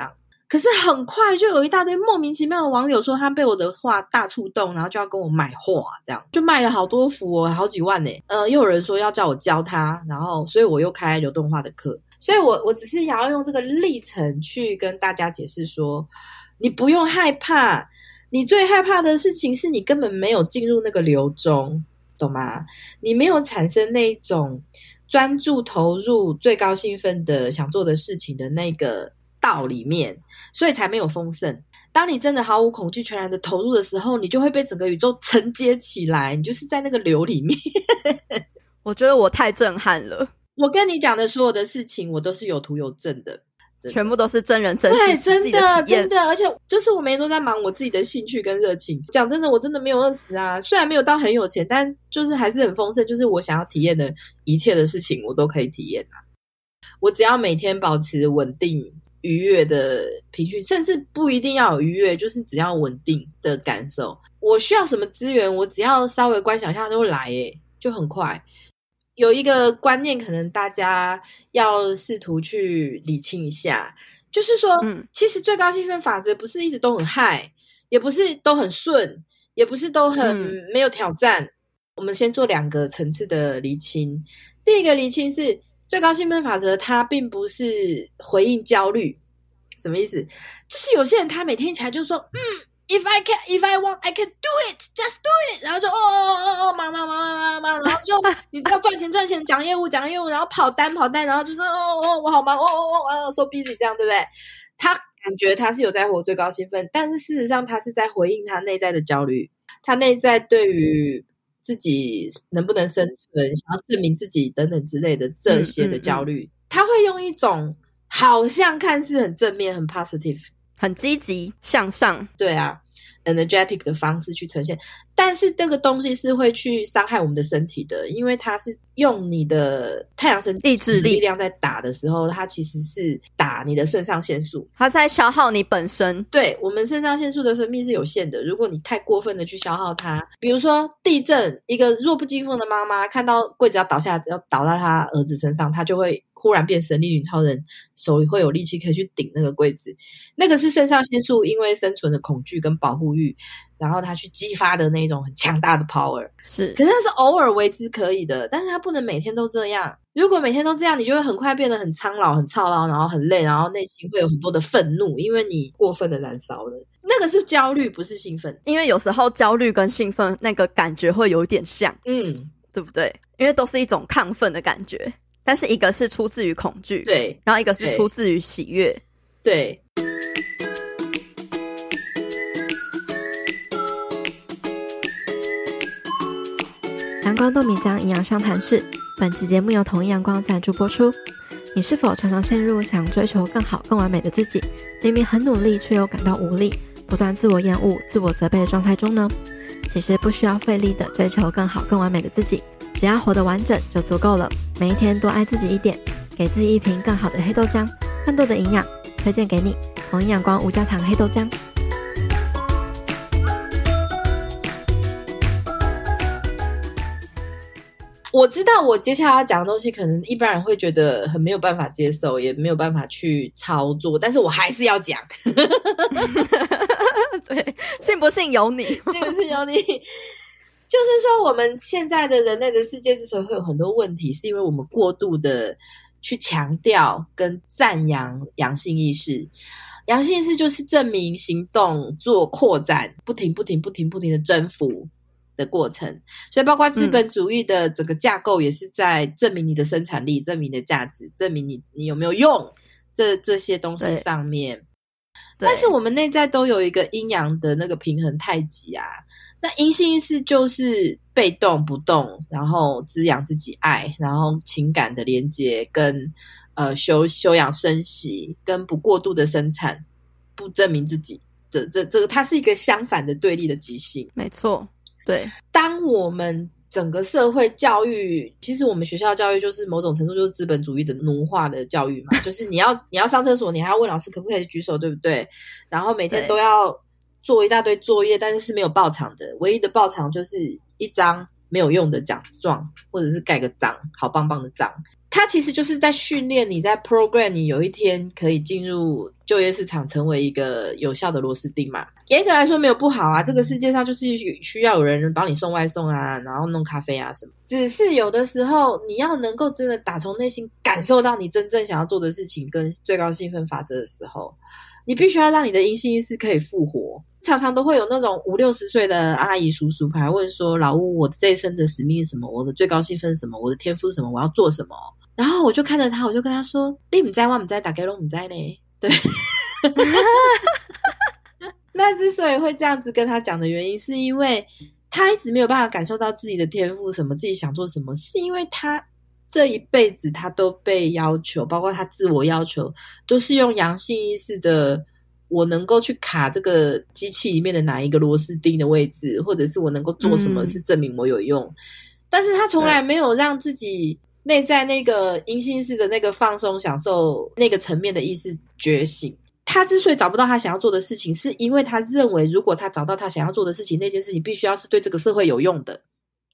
可是很快就有一大堆莫名其妙的网友说他被我的画大触动，然后就要跟我买画，这样就卖了好多幅哦，好几万呢。呃，又有人说要叫我教他，然后所以我又开流动画的课。所以我我只是想要用这个历程去跟大家解释说，你不用害怕，你最害怕的事情是你根本没有进入那个流中，懂吗？你没有产生那种专注投入最高兴奋的想做的事情的那个道里面，所以才没有丰盛。当你真的毫无恐惧全然的投入的时候，你就会被整个宇宙承接起来，你就是在那个流里面。 我觉得我太震撼了， 我跟你讲的所有的事情我都是有图有证的， 全部都是真人真事， 对，真的的真的，而且就是我每天都在忙我自己的兴趣跟热情。讲真的，我真的没有饿死啊，虽然没有到很有钱，但就是还是很丰盛，就是我想要体验的一切的事情我都可以体验啊。我只要每天保持稳定愉悦的情绪，甚至不一定要有愉悦，就是只要稳定的感受。我需要什么资源，我只要稍微观想一下都来耶，就很快。有一个观念可能大家要试图去理清一下，就是说、嗯、其实最高兴奋法则不是一直都很嗨，也不是都很顺，也不是都很没有挑战、嗯、我们先做两个层次的厘清。第一个厘清是最高兴奋法则它并不是回应焦虑。什么意思？就是有些人他每天起来就说嗯If I can, if I want, I can do it, just do it. 然后就哦哦哦哦，忙忙忙忙忙忙，然后就你知道赚钱赚钱，讲业务讲业务，然后跑单跑单，然后就说哦哦我好忙，哦哦哦，说 busy 这样，对不对？他感觉他是有在活最高兴奋，但是事实上他是在回应他内在的焦虑，他内在对于自己能不能生存、想要证明自己等等之类的这些的焦虑，嗯嗯嗯他会用一种好像看似很正面、很 positive。 很积极向上， 对啊 energetic 的方式去呈现，但是这个东西是会去伤害我们的身体的，因为它是用你的太阳神意志力力量在打的时候，它其实是打你的肾上腺素， 它在消耗你本身。 对，我们肾上腺素的分泌是有限的，如果你太过分的去消耗它，比如说地震，一个弱不禁风的妈妈看到柜子要倒下，要倒到她儿子身上，她就会忽然变神力女超人，手里会有力气可以去顶那个柜子，那个是肾上腺素因为生存的恐惧跟保护欲，然后它去激发的那种很强大的 power。 是， 可是那是偶尔为之可以的，但是它不能每天都这样。如果每天都这样，你就会很快变得很苍老很操劳，然后很累，然后内心会有很多的愤怒，因为你过分的燃烧了。那个是焦虑，不是兴奋。 因为有时候焦虑跟兴奋那个感觉会有点像， 嗯， 对不对？因为都是一种亢奋的感觉，但是一个是出自于恐惧， 对， 然后一个是出自于喜悦， 对。 阳光豆米浆营养商谈室，本期节目由统一阳光赞助播出。你是否常常陷入想追求更好更完美的自己，明明很努力却又感到无力，不断自我厌恶自我责备的状态中呢？其实不需要费力的追求更好更完美的自己，只要活得完整就足够了。每一天多爱自己一点，给自己一瓶更好的黑豆浆，更多的营养推荐给你，统一阳光无加糖黑豆浆。 我知道我接下来要讲的东西可能一般人会觉得很没有办法接受，也没有办法去操作，但是我还是要讲。 对，信不信由你， 信不信由你。就是说我们现在的人类的世界之所以会有很多问题，是因为我们过度的去强调跟赞扬阳性意识。阳性意识就是证明行动做扩展，不停不停不停不停的征服的过程，所以包括资本主义的整个架构也是在证明你的生产力、证明你的价值、证明你你有没有用这这些东西上面。但是我们内在都有一个阴阳的那个平衡太极啊，那阴性意识就是被动不动，然后滋养自己爱，然后情感的连接跟呃修修养生息，跟不过度的生产，不证明自己，这这这个它是一个相反的对立的极性。 没错。对， 当我们整个社会教育，其实我们学校教育就是某种程度就是资本主义的奴化的教育嘛，就是你要你要上厕所，你还要问老师可不可以举手，对不对？然后每天都要做一大堆作业，但是是没有报偿的，唯一的报偿就是一张没有用的奖状，或者是盖个章，好棒棒的章。 它其实就是在训练你，在 program 你有一天可以进入就业市场，成为一个有效的螺丝钉嘛。严格来说没有不好啊，这个世界上就是需要有人帮你送外送啊，然后弄咖啡啊什么。只是有的时候你要能够真的打从内心感受到你真正想要做的事情跟最高兴奋法则的时候，你必须要让你的阴性意识可以复活。常常都会有那种五六十岁的阿姨叔叔还问说，老吴，我这一生的使命是什么？我的最高兴奋是什么？我的天赋是什么？我要做什么？然后我就看着他，我就跟他说，你不知道我不知道，大家都不知道呢。对那之所以会这样子跟他讲的原因，是因为他一直没有办法感受到自己的天赋什么，自己想做什么，是因为他这一辈子他都被要求，包括他自我要求，都是用阳性意识的，我能够去卡这个机器里面的哪一个螺丝钉的位置，或者是我能够做什么是证明我有用、嗯、但是他从来没有让自己内在那个阴性意识的那个放松享受那个层面的意识觉醒。他之所以找不到他想要做的事情，是因为他认为如果他找到他想要做的事情，那件事情必须要是对这个社会有用的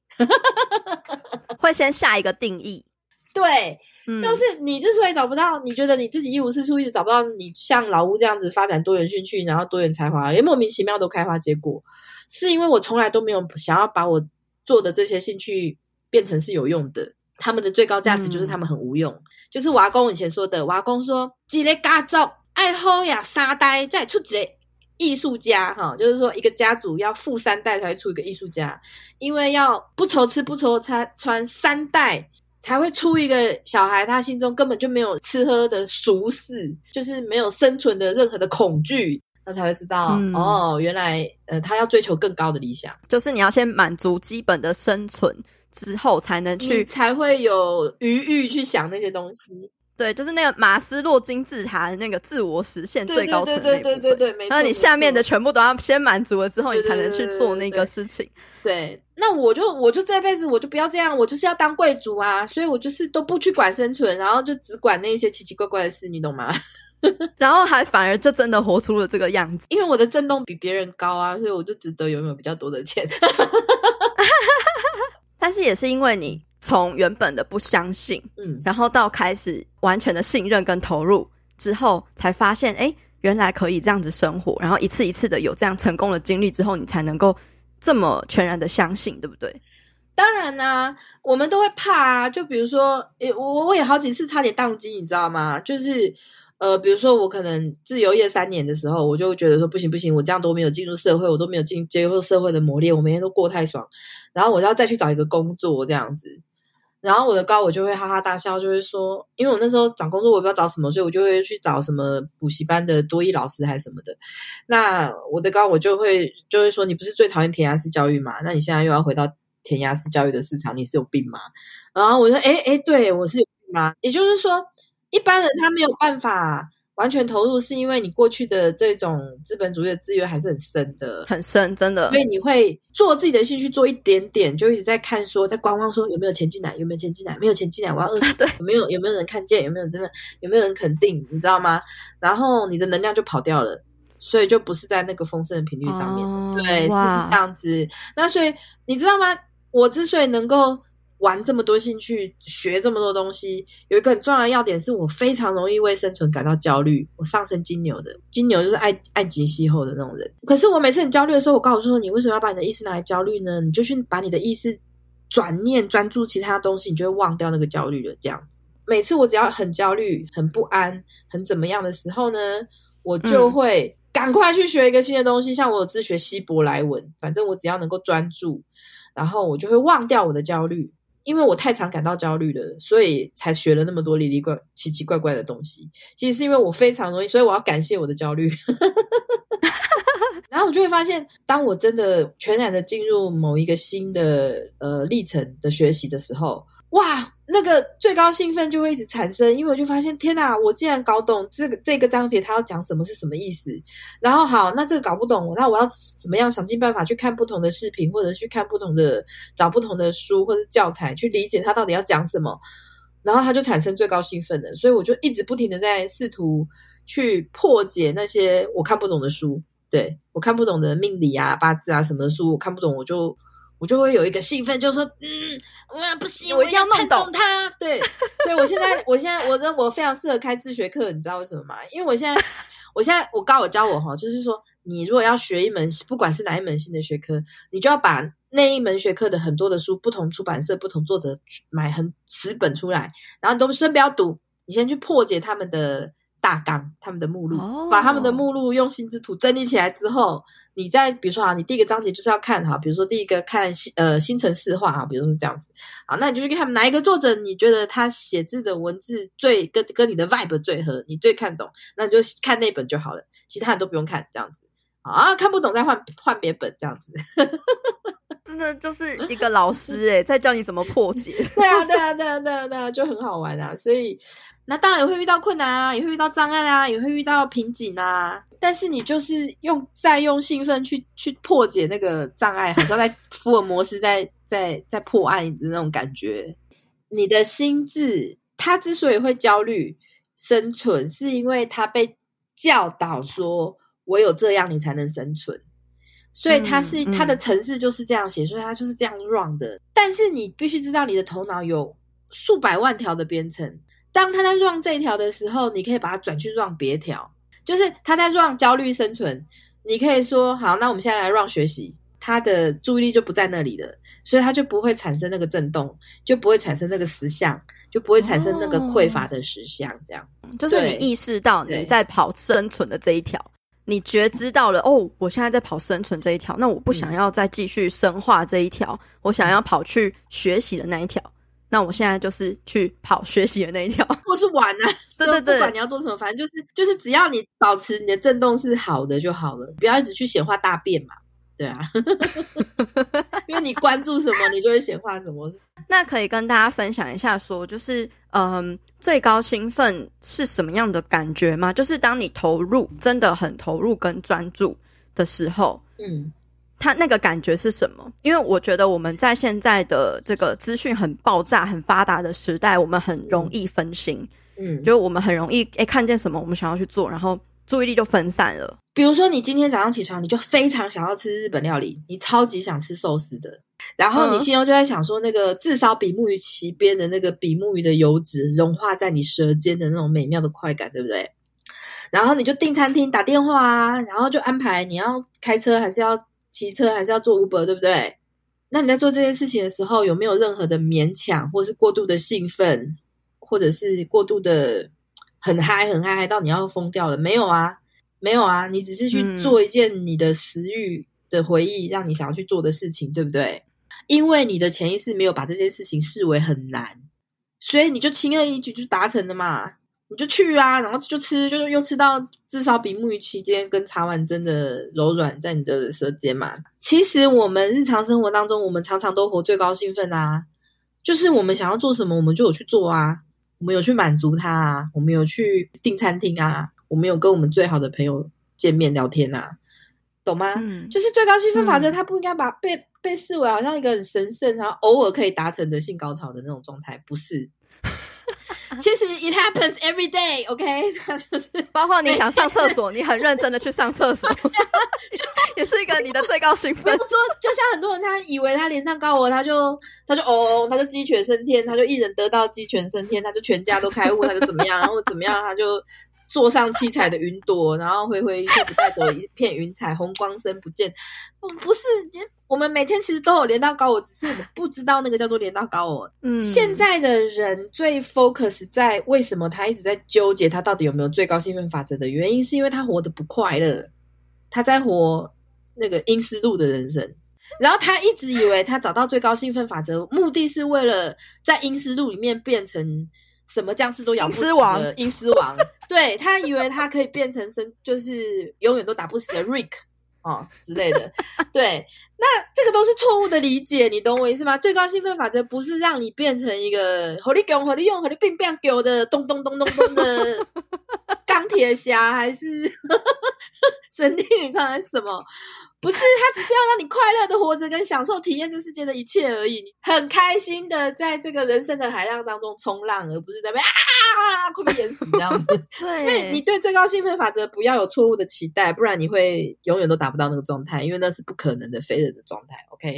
会先下一个定义。 对、 嗯、 就是你之所以找不到，你觉得你自己一无是处，一直找不到你像老吴这样子发展多元兴趣，然后多元才华，也莫名其妙都开花结果，是因为我从来都没有想要把我做的这些兴趣变成是有用的。他们的最高价值就是他们很无用、嗯、就是我阿公以前说的，我阿公说一个家族爱好呀三代再出一个艺术家，就是说一个家族要富三代才会出一个艺术家，因为要不愁吃不愁穿三代才会出一个小孩，他心中根本就没有吃喝的俗事，就是没有生存的任何的恐惧，他才会知道、嗯、哦，原来呃他要追求更高的理想， 就是你要先满足基本的生存之后才能去， 你才会有余裕去想那些东西。 对，就是那个马斯洛金字塔的那个自我实现最高层的那部分， 对对对对对对，没错。 然后你下面的全部都要先满足了之后，你才能去做那个事情。 对, 对, 对, 对, 对，那我就我就这辈子我就不要这样，我就是要当贵族啊，所以我就是都不去管生存，然后就只管那些奇奇怪怪的事，你懂吗？ 然后还反而就真的活出了这个样子， 因为我的震动比别人高啊，所以我就值得拥有比较多的钱。 但是也是因为你从原本的不相信，嗯，然后到开始完全的信任跟投入之后，才发现诶原来可以这样子生活，然后一次一次的有这样成功的经历之后，你才能够这么全然的相信，对不对？ 当然啊，我们都会怕啊，就比如说诶我我也好几次差点宕机，你知道吗？就是呃，比如说我可能自由业三年的时候，我就觉得说不行不行，我这样都没有进入社会，我都没有进接受社会的磨练，我每天都过太爽，然后我要再去找一个工作这样子，然后我的高我就会哈哈大笑，就会说，因为我那时候找工作我也不知道找什么，所以我就会去找什么补习班的多益老师还是什么的。那我的高我就会就会说，你不是最讨厌填鸭式教育吗？那你现在又要回到填鸭式教育的市场，你是有病吗？然后我说诶诶对，我是有病吗？也就是说一般人他没有办法完全投入，是因为你过去的这种资本主义的制约还是很深的， 很深，真的。 所以你会做自己的兴趣做一点点，就一直在看说，在观望说有没有钱进来，有没有钱进来，没有钱进来我要饿死，对，有没有有没有人看见，有没有真的有没有人肯定，你知道吗？然后你的能量就跑掉了，所以就不是在那个丰盛的频率上面、哦、对，是这样子。那所以你知道吗？我之所以能够玩这么多兴趣，学这么多东西，有一个很重要的要点是我非常容易为生存感到焦虑。我上升金牛的，金牛就是爱爱极气候的那种人。可是我每次很焦虑的时候，我告诉说，你为什么要把你的意识拿来焦虑呢？你就去把你的意识转念专注其他东西，你就会忘掉那个焦虑了。这样子，每次我只要很焦虑、很不安、很怎么样的时候呢，我就会赶快去学一个新的东西。像我有自学希伯来文，反正我只要能够专注，然后我就会忘掉我的焦虑。因为我太常感到焦虑了，所以才学了那么多离离怪奇奇怪怪的东西。其实是因为我非常容易，所以我要感谢我的焦虑。然后我就会发现，当我真的全然的进入某一个新的呃历程的学习的时候，哇，那个最高兴奋就会一直产生，因为我就发现天哪，我竟然搞懂这个这个章节它要讲什么是什么意思。然后好，那这个搞不懂，那我要怎么样想尽办法去看不同的视频，或者去看不同的找不同的书或者教材去理解它到底要讲什么，然后它就产生最高兴奋的。所以我就一直不停的在试图去破解那些我看不懂的书。对，我看不懂的命理啊八字啊什么的书我看不懂，我就我就会有一个兴奋，就说嗯，我不行， 我一定要弄懂看懂它。对对，我现在我现在我真我非常适合开自学课，你知道为什么吗？因为我现在我现在我高我教我哈，就是说你如果要学一门不管是哪一门新的学科，你就要把那一门学科的很多的书，不同出版社不同作者买很十本出来，然后你都先不要读，你先去破解他们的大纲，他们的目录、哦、把他们的目录用心智图整理起来之后，你再比如说好，你第一个章节就是要看好，比如说第一个看呃新城市化哈，比如说是这样子，好，那你就去看他们哪一个作者你觉得他写字的文字最跟跟你的 vibe 最合，你最看懂，那你就看那本就好了，其他人都不用看，这样子啊，看不懂再换换别本这样子。 真的就是一个老师诶、欸、在教你怎么破解。 对啊对啊对啊对啊对啊，就很好玩啊。所以那当然也会遇到困难啊，也会遇到障碍啊，也会遇到瓶颈啊，但是你就是用再用兴奋去去破解那个障碍，好像在福尔摩斯在在在破案的那种感觉。你的心智他之所以会焦虑生存，是因为他被教导说唯有这样你才能生存，所以他是、嗯嗯、他的程式就是这样写，所以他就是这样 run 的。但是你必须知道你的头脑有数百万条的编程，当他在 run 这一条的时候，你可以把它转去 run 别条，就是他在 run 焦虑生存，你可以说好，那我们现在来 run 学习，他的注意力就不在那里了，所以他就不会产生那个震动，就不会产生那个实相，就不会产生那个匮乏的实相，这样、 哦、就是你意识到你在跑生存的这一条，你觉知到了哦，我现在在跑生存这一条，那我不想要再继续深化这一条、嗯、我想要跑去学习的那一条，那我现在就是去跑学习的那一条， 或是玩啊， 对对对， 不管你要做什么，反正就是就是只要你保持你的震动是好的就好了，不要一直去显化大便嘛，对啊，因为你关注什么，你就会显化什么。 那可以跟大家分享一下说，就是嗯，最高兴奋是什么样的感觉吗？就是当你投入，真的很投入跟专注的时候，嗯。他那个感觉是什么？因为我觉得我们在现在的这个资讯很爆炸很发达的时代，我们很容易分心，嗯，就我们很容易诶看见什么我们想要去做，然后注意力就分散了。 比如说你今天早上起床，你就非常想要吃日本料理，你超级想吃寿司的，然后你心中就在想说，那个至少比目鱼鳍边的那个比目鱼的油脂融化在你舌尖的那种美妙的快感，对不对？然后你就订餐厅打电话啊，然后就安排你要开车还是要骑车还是要做 Uber， 对不对？那你在做这件事情的时候，有没有任何的勉强，或是过度的兴奋，或者是过度的很嗨很嗨嗨到你要疯掉了？没有啊，没有啊，你只是去做一件你的食欲的回忆、嗯、让你想要去做的事情，对不对？因为你的潜意识没有把这件事情视为很难，所以你就轻而易举就达成了嘛。你就去啊，然后就吃，就又吃到至少比目鱼期间跟茶碗蒸的柔软在你的舌尖嘛。其实我们日常生活当中，我们常常都活最高兴奋啊，就是我们想要做什么，我们就有去做啊，我们有去满足它啊，我们有去订餐厅啊，我们有跟我们最好的朋友见面聊天啊，懂吗？嗯、就是最高兴奋法则，它不应该把被被视为好像一个很神圣，然后偶尔可以达成的性高潮的那种状态，不是。其实 it happens every day, OK？ 它就是包括你想上厕所，你很认真的去上厕所，也是一个你的最高兴奋。 说就像很多人他以为他脸上高额，他就他就哦，他就鸡犬升天，他就一人得道鸡犬升天，他就全家都开悟，他就怎么样，然后怎么样，他就坐上七彩的云朵，然后挥挥衣服带走一片云彩，红光身不见。不是，我们每天其实都有连到高我，只是我们不知道那个叫做连到高我。嗯，现在的人最 focus 在为什么他一直在纠结他到底有没有最高兴奋法则的原因，是因为他活得不快乐，他在活那个阴思路的人生。然后他一直以为他找到最高兴奋法则，目的是为了在阴思路里面变成什么僵尸都咬不死的阴尸王。对，他以为他可以变成生，就是永远都打不死的 Rick 哦之类的。对，那这个都是错误的理解，你懂我意思吗？最高兴奋法则不是让你变成一个火力用火力用火力变变狗的咚咚咚咚咚的钢铁侠，还是神力女超人什么？不是，他只是要让你快乐的活着跟享受体验这世界的一切而已，很开心的在这个人生的海浪当中冲浪，而不是在那边啊快被淹死这样子。对，所以你对最高兴奋法则不要有错误的期待，不然你会永远都达不到那个状态，因为那是不可能的非人的状态。 OK，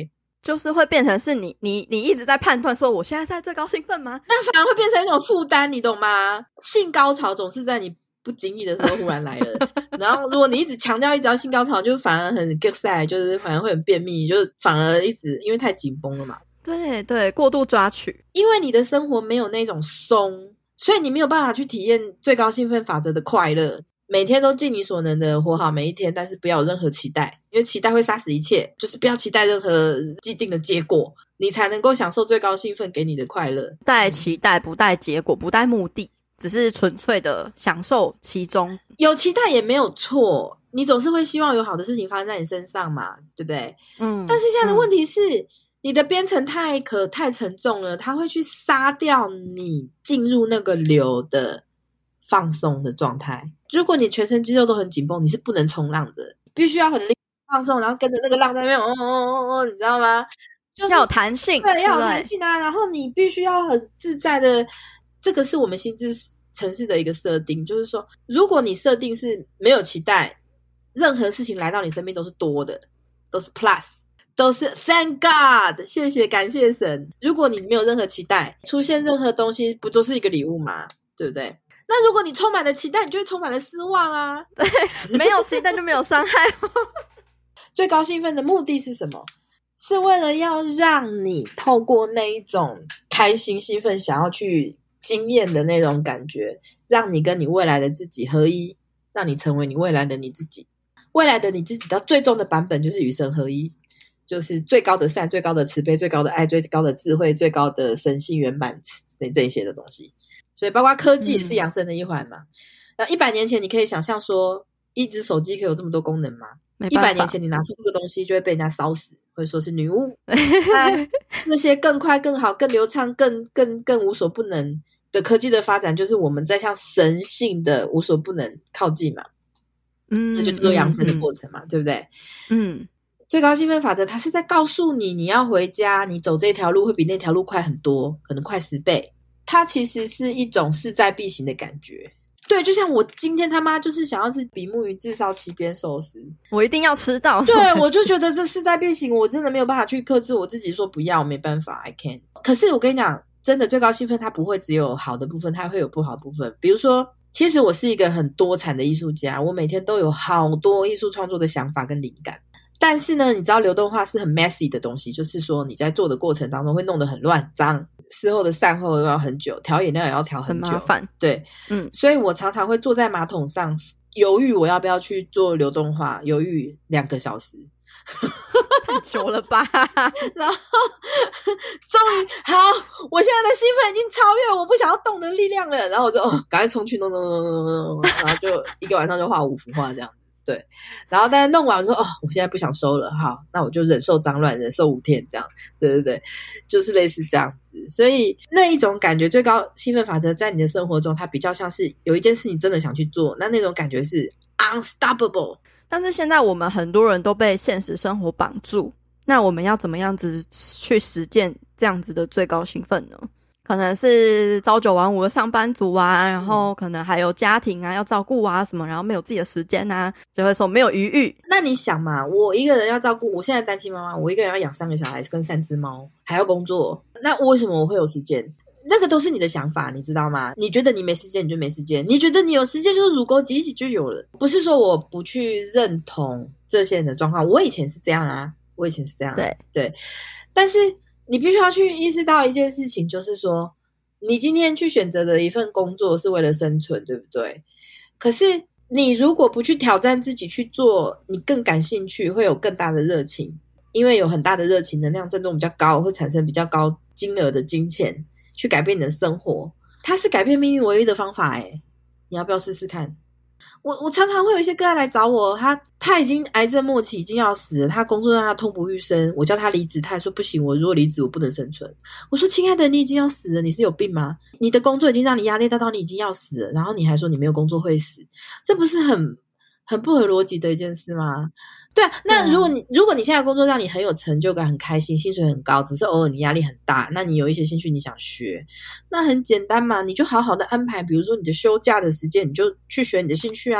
就是会变成是你你你一直在判断说我现在是在最高兴奋吗？ 那反而会变成一种负担，你懂吗？性高潮总是在你不经意的时候忽然来了然后如果你一直强调一直要性高潮，就反而很 get sad， 就是反而会很便秘，就是反而一直因为太紧绷了嘛。 对对，过度抓取， 因为你的生活没有那种松，所以你没有办法去体验最高兴奋法则的快乐。每天都尽你所能的活好每一天，但是不要有任何期待，因为期待会杀死一切，就是不要期待任何既定的结果，你才能够享受最高兴奋给你的快乐。 不带期待，不带结果，不带目的，只是纯粹的享受其中。 有期待也没有错，你总是会希望有好的事情发生在你身上嘛，对不对？嗯。但是现在的问题是、嗯、你的编程太可太沉重了，它会去杀掉你进入那个流的放松的状态。如果你全身肌肉都很紧绷，你是不能冲浪的，必须要很放松，然后跟着那个浪在那边哦哦哦哦，你知道吗？就是要有弹性， 对，要有弹性啊。然后你必须要很自在的，这个是我们心智城市的一个设定，就是说如果你设定是没有期待，任何事情来到你身边都是多的，都是 plus， 都是 thank God， 谢谢感谢神。如果你没有任何期待，出现任何东西不都是一个礼物吗？对不对？那如果你充满了期待，你就会充满了失望啊。 对，没有期待就没有伤害最高兴奋的目的是什么？是为了要让你透过那一种开心兴奋想要去经验的那种感觉，让你跟你未来的自己合一，让你成为你未来的你自己。未来的你自己到最终的版本就是与神合一，就是最高的善、最高的慈悲、最高的爱、最高的智慧、最高的神性圆满这一些的东西。所以包括科技也是养生的一环嘛。那一百年前你可以想象说一只手机可以有这么多功能吗？一百年前你拿出这个东西就会被人家烧死，或者说是女巫那那些更快更好更流畅更更更无所不能的科技的发展，就是我们在向神性的无所不能靠近嘛。嗯，这就叫做养生的过程嘛、嗯、对不对？嗯，最高兴奋法则它是在告诉你，你要回家，你走这条路会比那条路快很多，可能快十倍。它其实是一种势在必行的感觉。对，就像我今天他妈就是想要吃比目鱼炙烧旗边寿司， 我一定要吃到。 对，我就觉得这势在必行，我真的没有办法去克制我自己说不要，没办法 I can't。 可是我跟你讲，真的最高兴奋它不会只有好的部分，它会有不好的部分。比如说其实我是一个很多产的艺术家，我每天都有好多艺术创作的想法跟灵感，但是呢你知道流动化是很 messy 的东西，就是说你在做的过程当中会弄得很乱脏，事后的善后都要很久，调饮料也要调很久， 很麻烦。 对，嗯，所以我常常会坐在马桶上犹豫我要不要去做流动化，犹豫两个小时太久了吧然后终于好，我现在的兴奋已经超越我不想要动的力量了，然后我就哦，赶快冲去弄弄弄弄弄弄，然后就一个晚上就画五幅画这样子。对，然后但是弄完我说哦，我现在不想收了，好，那我就忍受脏乱，忍受五天这样。对对对，就是类似这样子。所以那一种感觉，最高兴奋法则在你的生活中，它比较像是有一件事你真的想去做，那那种感觉是 unstoppable。 但是现在我们很多人都被现实生活绑住，那我们要怎么样子去实践这样子的最高兴奋呢？可能是朝九晚五的上班族啊，然后可能还有家庭啊要照顾啊什么，然后没有自己的时间啊，就会说没有余裕。 那你想嘛，我一个人要照顾，我现在单亲妈妈，我一个人要养三个小孩跟三只猫，还要工作，那为什么我会有时间？那个都是你的想法，你知道吗？你觉得你没时间你就没时间，你觉得你有时间就是乳沟挤一挤就有了。不是说我不去认同这些人的状况，我以前是这样啊，我以前是这样、啊、对对，但是你必须要去意识到一件事情，就是说你今天去选择的一份工作是为了生存，对不对？可是你如果不去挑战自己去做你更感兴趣，会有更大的热情，因为有很大的热情能量振动比较高，会产生比较高金额的金钱去改变你的生活，它是改变命运唯一的方法耶，你要不要试试看？我我常常会有一些个案来找我，他他已经癌症末期，已经要死了，他工作让他痛不欲生，我叫他离职，他还说不行，我如果离职我不能生存。我说亲爱的，你已经要死了，你是有病吗？你的工作已经让你压力大到你已经要死了，然后你还说你没有工作会死，这不是很很不合逻辑的一件事吗？对啊，那如果你如果你现在工作让你很有成就感，很开心，薪水很高，只是偶尔你压力很大，那你有一些兴趣你想学，那很简单嘛，你就好好的安排，比如说你的休假的时间，你就去学你的兴趣啊，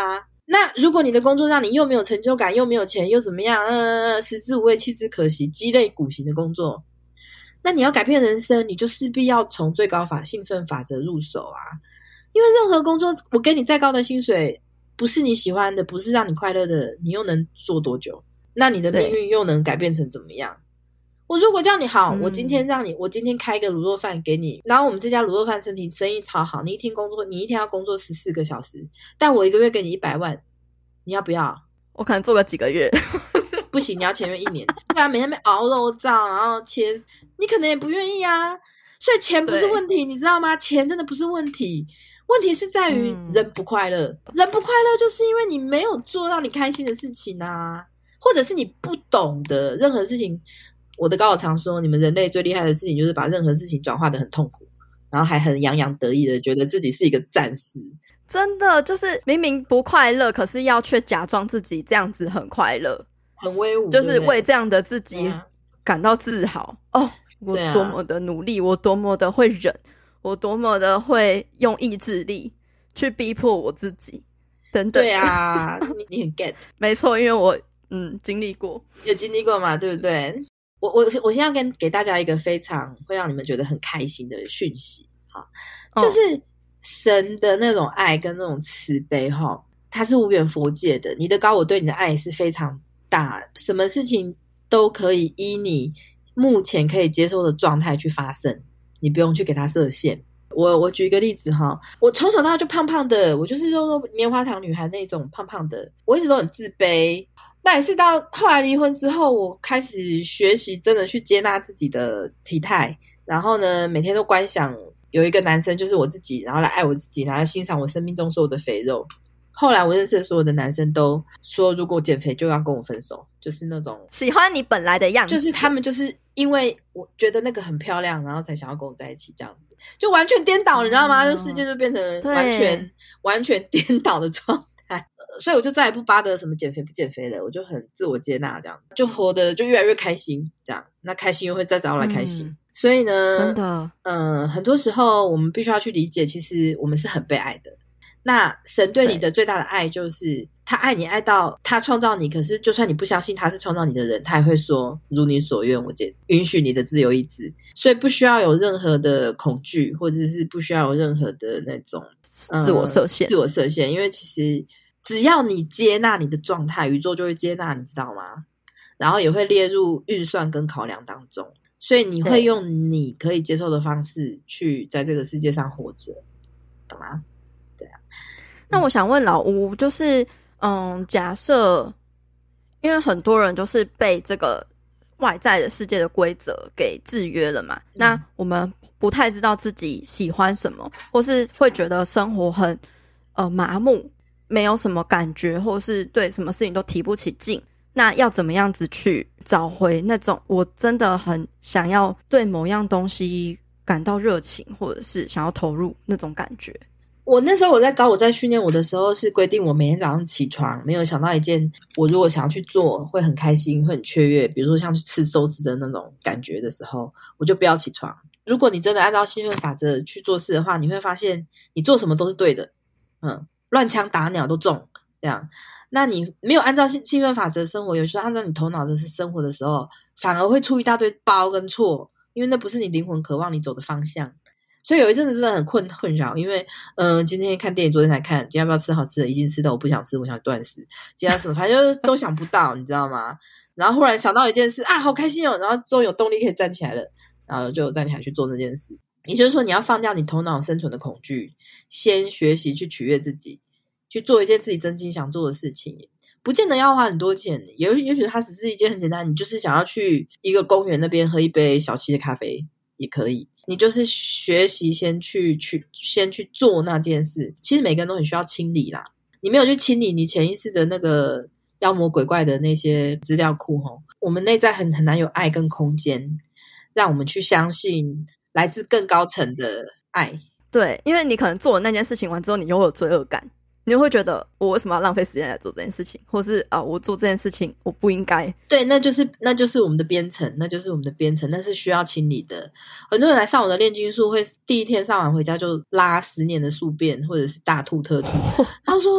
那如果你的工作让你又没有成就感，又没有钱，又怎么样，呃，食之无味，弃之可惜，鸡肋骨型的工作，那你要改变人生，你就势必要从最高法兴奋法则入手啊。因为任何工作，我给你再高的薪水，不是你喜欢的，不是让你快乐的，你又能做多久？那你的命运又能改变成怎么样？我如果叫你好，我今天让你，我今天开一个卤肉饭给你，然后我们这家卤肉饭生意生意超好，你一天工作，你一天要工作十四个小时，但我一个月给你一百万，你要不要？ 我可能做个几个月， 不行，你要前面一年，不然每天被熬肉燥，然后切，你可能也不愿意啊。所以钱不是问题，你知道吗？钱真的不是问题，问题是在于人不快乐。嗯、人不快乐就是因为你没有做让你开心的事情啊，或者是你不懂的任何事情。我的高我常说，你们人类最厉害的事情就是把任何事情转化得很痛苦，然后还很洋洋得意的觉得自己是一个战士。 真的就是明明不快乐，可是要却假装自己这样子很快乐， 很威武， 就是为这样的自己感到自豪。哦，我多么的努力，我多么的会忍，我多么的会用意志力去逼迫我自己等等。 对啊，你你很 get。 没错，因为我嗯经历过， 有经历过嘛，对不对？我我我现在跟给大家一个非常会让你们觉得很开心的讯息，哈，就是神的那种爱跟那种慈悲，哈，它是无远弗届的。你的高我对你的爱是非常大，什么事情都可以依你目前可以接受的状态去发生，你不用去给它设限。我我举一个例子哈，我从小到大就胖胖的，我就是说棉花糖女孩那种胖胖的，我一直都很自卑。那也是到后来离婚之后，我开始学习真的去接纳自己的体态，然后呢，每天都观想有一个男生就是我自己，然后来爱我自己，然后欣赏我生命中所有的肥肉。后来我认识的所有的男生都说，如果减肥就要跟我分手，就是那种喜欢你本来的样子， 就是他们就是因为我觉得那个很漂亮，然后才想要跟我在一起，这样子就完全颠倒，你知道吗？就世界就变成完全完全颠倒的状态。所以我就再也不巴得什么减肥不减肥了，我就很自我接纳，这样就活得就越来越开心，这样那开心又会再找来开心。嗯、所以呢， 真的， 嗯，很多时候我们必须要去理解，其实我们是很被爱的。那神对你的最大的爱就是他爱你爱到他创造你，可是就算你不相信他是创造你的人，他也会说如你所愿，我允许你的自由意志。所以不需要有任何的恐惧，或者是不需要有任何的那种、 嗯、自我设限自我设限，因为其实只要你接纳你的状态，宇宙就会接纳，你知道吗？然后也会列入运算跟考量当中，所以你会用你可以接受的方式去在这个世界上活着，懂吗？对啊。 那我想问老吴，就是嗯，假设因为很多人就是被这个外在的世界的规则给制约了嘛、嗯、那我们不太知道自己喜欢什么，或是会觉得生活很呃麻木，没有什么感觉，或是对什么事情都提不起劲，那要怎么样子去找回那种我真的很想要对某样东西感到热情，或者是想要投入那种感觉？ 我那时候我在高我在训练我的时候是规定我每天早上起床，没有想到一件我如果想要去做会很开心会很雀跃，比如说像去吃寿司的那种感觉的时候，我就不要起床。如果你真的按照兴奋法则去做事的话，你会发现你做什么都是对的，嗯，乱枪打鸟都中这样。那你没有按照兴奋法则生活，有时候按照你头脑的是生活的时候，反而会出一大堆包跟错，因为那不是你灵魂渴望你走的方向。所以有一阵子真的很困困扰，因为嗯、呃，今天看电影，昨天才看，今天要不要吃好吃的，已经吃的我不想吃，我想断食，今天什么反正就是都想不到你知道吗？然后忽然想到一件事啊，好开心哦，然后终于有动力可以站起来了，然后就站起来去做那件事。也就是说你要放掉你头脑生存的恐惧，先学习去取悦自己，去做一件自己真心想做的事情，不见得要花很多钱，也也许它只是一件很简单，你就是想要去一个公园那边喝一杯小七的咖啡也可以，你就是学习先去去先去做那件事。其实每个人都很需要清理啦，你没有去清理你潜意识的那个妖魔鬼怪的那些资料库齁，我们内在很很难有爱跟空间让我们去相信来自更高层的爱。 对，因为你可能做了那件事情完之后你又有罪恶感，你就会觉得我为什么要浪费时间来做这件事情，或是啊，我做这件事情我不应该。 对，那就是那就是我们的编程，那就是我们的编程，那是需要清理的。很多人来上我的炼金术，会第一天上完回家就拉十年的宿便，或者是大吐特吐。他说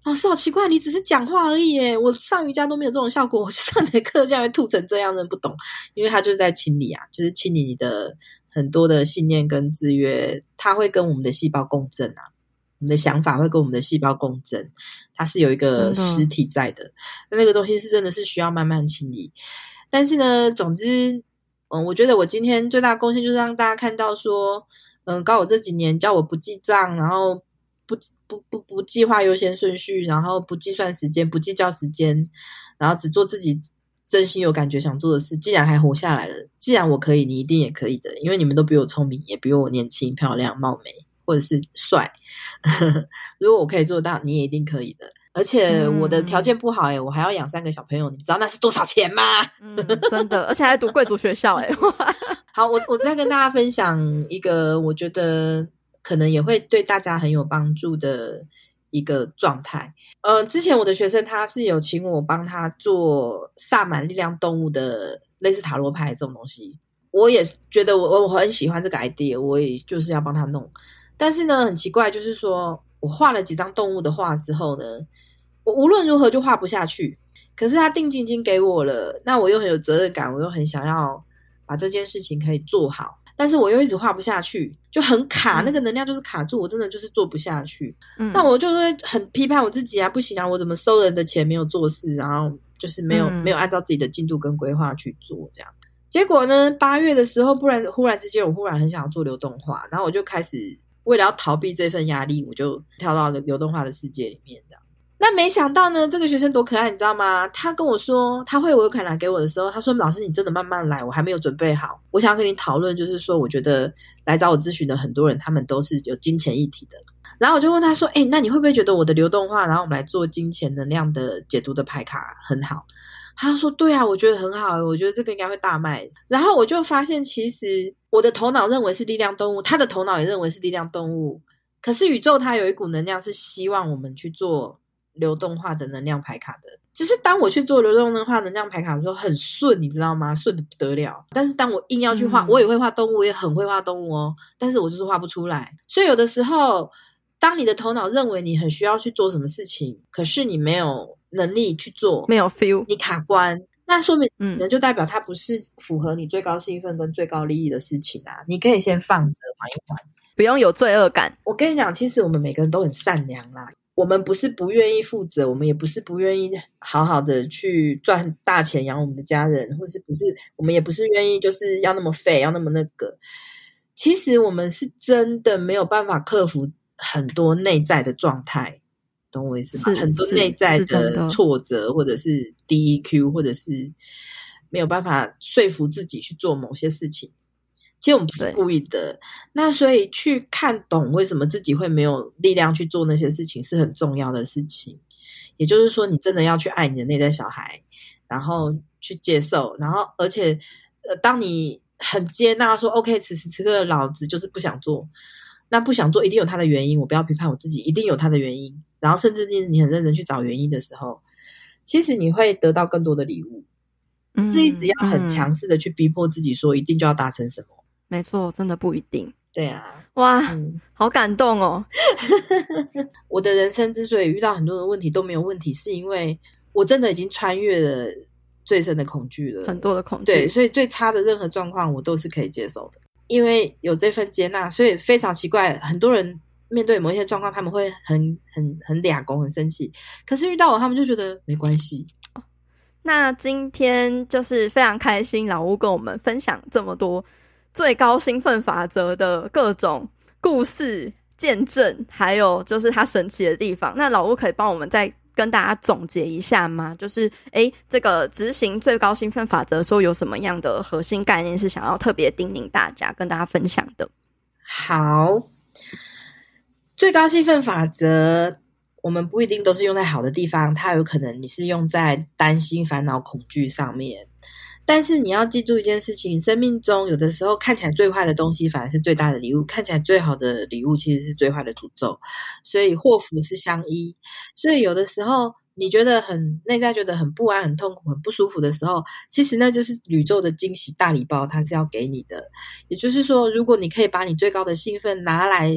老师好奇怪，你只是讲话而已耶，我上瑜伽都没有这种效果，我上你的课竟然会吐成这样，真的不懂。因为他就是在清理啊，就是清理你的很多的信念跟制约，它会跟我们的细胞共振啊，我们的想法会跟我们的细胞共振，它是有一个实体在的，那个东西是真的是需要慢慢清理。但是呢，总之嗯，我觉得我今天最大的贡献就是让大家看到说，嗯，高我这几年教我不记账，然后不不不不计划优先顺序，然后不计算时间，不计较时间，然后只做自己真心有感觉想做的事。既然还活下来了，既然我可以，你一定也可以的，因为你们都比我聪明，也比我年轻、漂亮、貌美，或者是帅。如果我可以做到，你也一定可以的。而且我的条件不好耶、欸、我还要养三个小朋友，你知道那是多少钱吗？ 嗯，真的，而且还读贵族学校耶、欸、 好，我我再跟大家分享一个我觉得可能也会对大家很有帮助的一个状态。呃，之前我的学生他是有请我帮他做萨满力量动物的类似塔罗牌这种东西，我也觉得我我很喜欢这个 idea， 我也就是要帮他弄。但是呢，很奇怪，就是说我画了几张动物的画之后呢，我无论如何就画不下去。可是他定金已经给我了，那我又很有责任感，我又很想要把这件事情可以做好，但是我又一直画不下去，就很卡、嗯、那个能量就是卡住，我真的就是做不下去、嗯、那我就会很批判我自己啊，不行啊，我怎么收人的钱没有做事，然后就是没有、嗯、没有按照自己的进度跟规划去做这样。结果呢，八月的时候不然忽然之间我忽然很想要做流动画，然后我就开始为了要逃避这份压力，我就跳到了流动画的世界里面这样。那没想到呢，这个学生多可爱你知道吗？他跟我说他会尾款来给我的时候，他说老师你真的慢慢来，我还没有准备好，我想要跟你讨论，就是说我觉得来找我咨询的很多人他们都是有金钱议题的。然后我就问他说诶、欸、那你会不会觉得我的流动化然后我们来做金钱能量的解读的牌卡很好？他说对啊，我觉得很好，我觉得这个应该会大卖。然后我就发现其实我的头脑认为是力量动物，他的头脑也认为是力量动物，可是宇宙它有一股能量是希望我们去做流动化的能量牌卡的，就是当我去做流动化能量牌卡的时候很顺你知道吗，顺得不得了。但是当我硬要去画、嗯、我也会画动物，我也很会画动物哦，但是我就是画不出来。所以有的时候当你的头脑认为你很需要去做什么事情，可是你没有能力去做， 没有 feel， 你卡关，那说明可能就代表它不是符合你最高兴奋跟最高利益的事情啊。你可以先放着缓一缓， 不用有罪恶感。 我跟你讲，其实我们每个人都很善良啦，我们不是不愿意负责，我们也不是不愿意好好的去赚大钱养我们的家人，或是不是我们也不是愿意就是要那么废要那么那个。其实我们是真的没有办法克服很多内在的状态，懂我意思吗？很多内在的挫折，或者是 D E Q， 或者是没有办法说服自己去做某些事情。其实我们不是故意的，那所以去看懂为什么自己会没有力量去做那些事情是很重要的事情。也就是说你真的要去爱你的内在小孩，然后去接受，然后而且呃，当你很接纳说 OK 此时此刻老子就是不想做，那不想做一定有他的原因，我不要批判我自己，一定有他的原因，然后甚至你很认真去找原因的时候，其实你会得到更多的礼物。嗯，是一直要很强势的去逼迫自己说一定就要达成什么。 没错，真的不一定。 对啊， 哇、嗯、好感动哦。 我的人生之所以遇到很多的问题都没有问题，是因为我真的已经穿越了最深的恐惧了， 很多的恐惧。 对，所以最差的任何状况我都是可以接受的，因为有这份接纳。所以非常奇怪，很多人面对某一些状况他们会很很很俩公很生气，可是遇到我他们就觉得没关系。 那今天就是非常开心老吴跟我们分享这么多最高兴奋法则的各种故事见证，还有就是它神奇的地方。那老吴可以帮我们再跟大家总结一下吗？就是诶这个执行最高兴奋法则的时候有什么样的核心概念是想要特别叮咛大家跟大家分享的？ 好，最高兴奋法则我们不一定都是用在好的地方，它有可能你是用在担心烦恼恐惧上面。但是你要记住一件事情，生命中有的时候看起来最坏的东西反而是最大的礼物，看起来最好的礼物其实是最坏的诅咒，所以祸福是相依。所以有的时候你觉得很内在觉得很不安很痛苦很不舒服的时候，其实那就是宇宙的惊喜大礼包，它是要给你的。也就是说如果你可以把你最高的兴奋拿来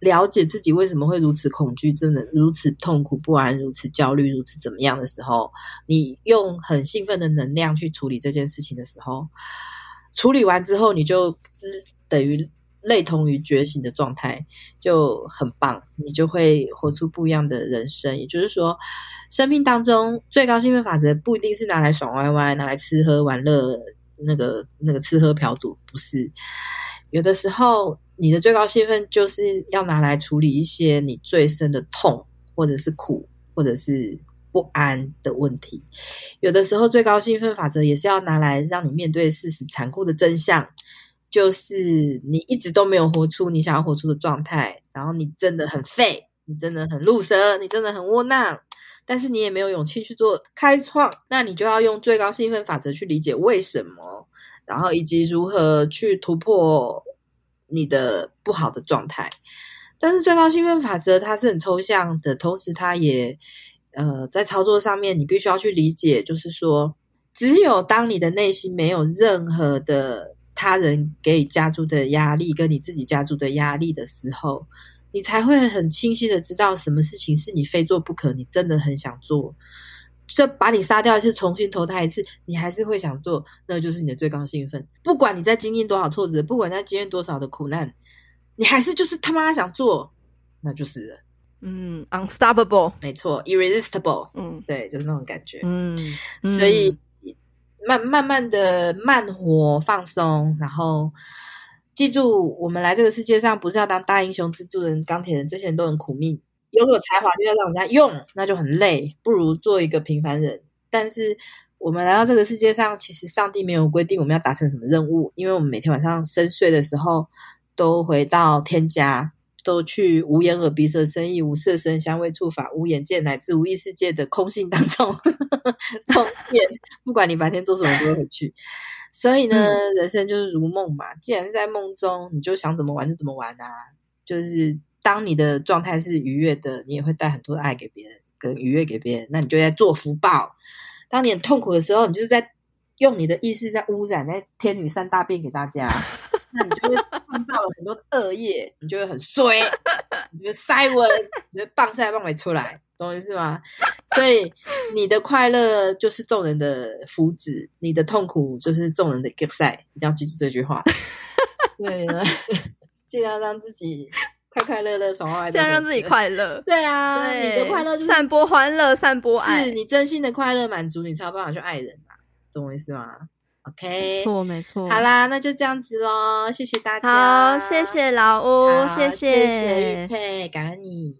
了解自己为什么会如此恐惧，真的如此痛苦不安，如此焦虑，如此怎么样的时候，你用很兴奋的能量去处理这件事情的时候，处理完之后你就等于类同于觉醒的状态，就很棒，你就会活出不一样的人生。也就是说，生命当中最高兴奋法则不一定是拿来爽歪歪，拿来吃喝玩乐，那个那个吃喝嫖赌，不是。有的时候你的最高兴奋就是要拿来处理一些你最深的痛，或者是苦，或者是不安的问题。有的时候最高兴奋法则也是要拿来让你面对事实残酷的真相，就是你一直都没有活出你想要活出的状态，然后你真的很废，你真的很路蛇，你真的很窝囊，但是你也没有勇气去做开创，那你就要用最高兴奋法则去理解为什么，然后以及如何去突破你的不好的状态。但是最高兴奋法则它是很抽象的，同时它也呃在操作上面你必须要去理解，就是说只有当你的内心没有任何的他人给你加注的压力跟你自己加注的压力的时候，你才会很清晰的知道什么事情是你非做不可，你真的很想做，就把你杀掉一次重新投胎一次你还是会想做，那就是你的最高兴奋。不管你在经历多少挫折，不管你在经历多少的苦难，你还是就是他妈想做，那就是了。 嗯 unstoppable， 没错 irresistible， 嗯， 对，就是那种感觉。 嗯， 所以慢慢慢的慢活放松，然后记住我们来这个世界上不是要当大英雄、蜘蛛人、钢铁人，这些人都很苦命，拥有才华就要让人家用，那就很累，不如做一个平凡人。但是我们来到这个世界上，其实上帝没有规定我们要达成什么任务，因为我们每天晚上深睡的时候都回到天家，都去无眼耳鼻舌身意无色声香味触法无眼界乃至无意识界的空性当中充电，不管你白天做什么都会回去。所以呢、嗯、人生就是如梦嘛，既然是在梦中，你就想怎么玩就怎么玩啊。就是当你的状态是愉悦的，你也会带很多爱给别人跟愉悦给别人，那你就在做福报。当你很痛苦的时候，你就是在用你的意识在污染，在天女散大便给大家那你就会创造了很多的恶业，你就会很衰，你就会塞温，你就会棒塞棒没出来，懂我意思吗？所以你的快乐就是众人的福祉，你的痛苦就是众人的给塞，一定要记住这句话。所以呢尽量让自己快快乐乐爽快， 尽量让自己快乐。 对啊，对，你的快乐就是散播欢乐，散播爱， 是你真心的快乐满足，你才有办法去爱人啊，懂我意思吗？OK， 没错没错。 好啦，那就这样子咯，谢谢大家。 好，谢谢老屋，谢谢谢谢玉佩，感恩你。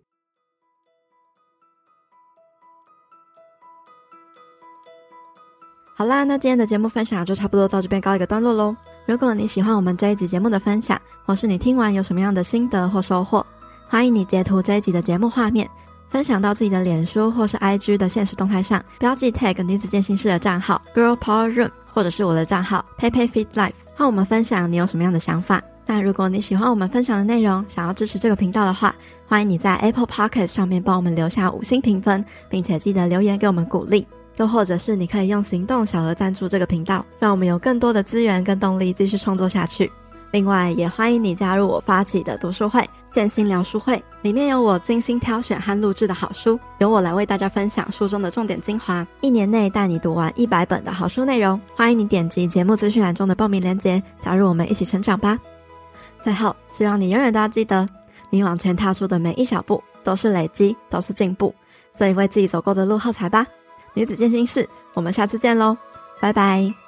好啦，那今天的节目分享就差不多到这边告一个段落咯。如果你喜欢我们这一集节目的分享，或是你听完有什么样的心得或收获，欢迎你截图这一集的节目画面，分享到自己的脸书或是 I G 的限时动态上，标记 tag 女子健心室的账号 Girl Power Room， 或者是我的账号 PayPay Fit Life， 和我们分享你有什么样的想法。那如果你喜欢我们分享的内容，想要支持这个频道的话，欢迎你在 Apple Podcast 上面帮我们留下五星评分，并且记得留言给我们鼓励。又或者是你可以用行动小额赞助这个频道，让我们有更多的资源跟动力继续创作下去。另外也欢迎你加入我发起的读书会健心聊书会，里面有我精心挑选和录制的好书，由我来为大家分享书中的重点精华，一年内带你读完一百本的好书内容。欢迎你点击节目资讯栏中的报名链接，加入我们一起成长吧。最后希望你永远都要记得，你往前踏出的每一小步都是累积，都是进步，所以为自己走过的路喝彩吧。女子健心室，我们下次见咯，拜拜。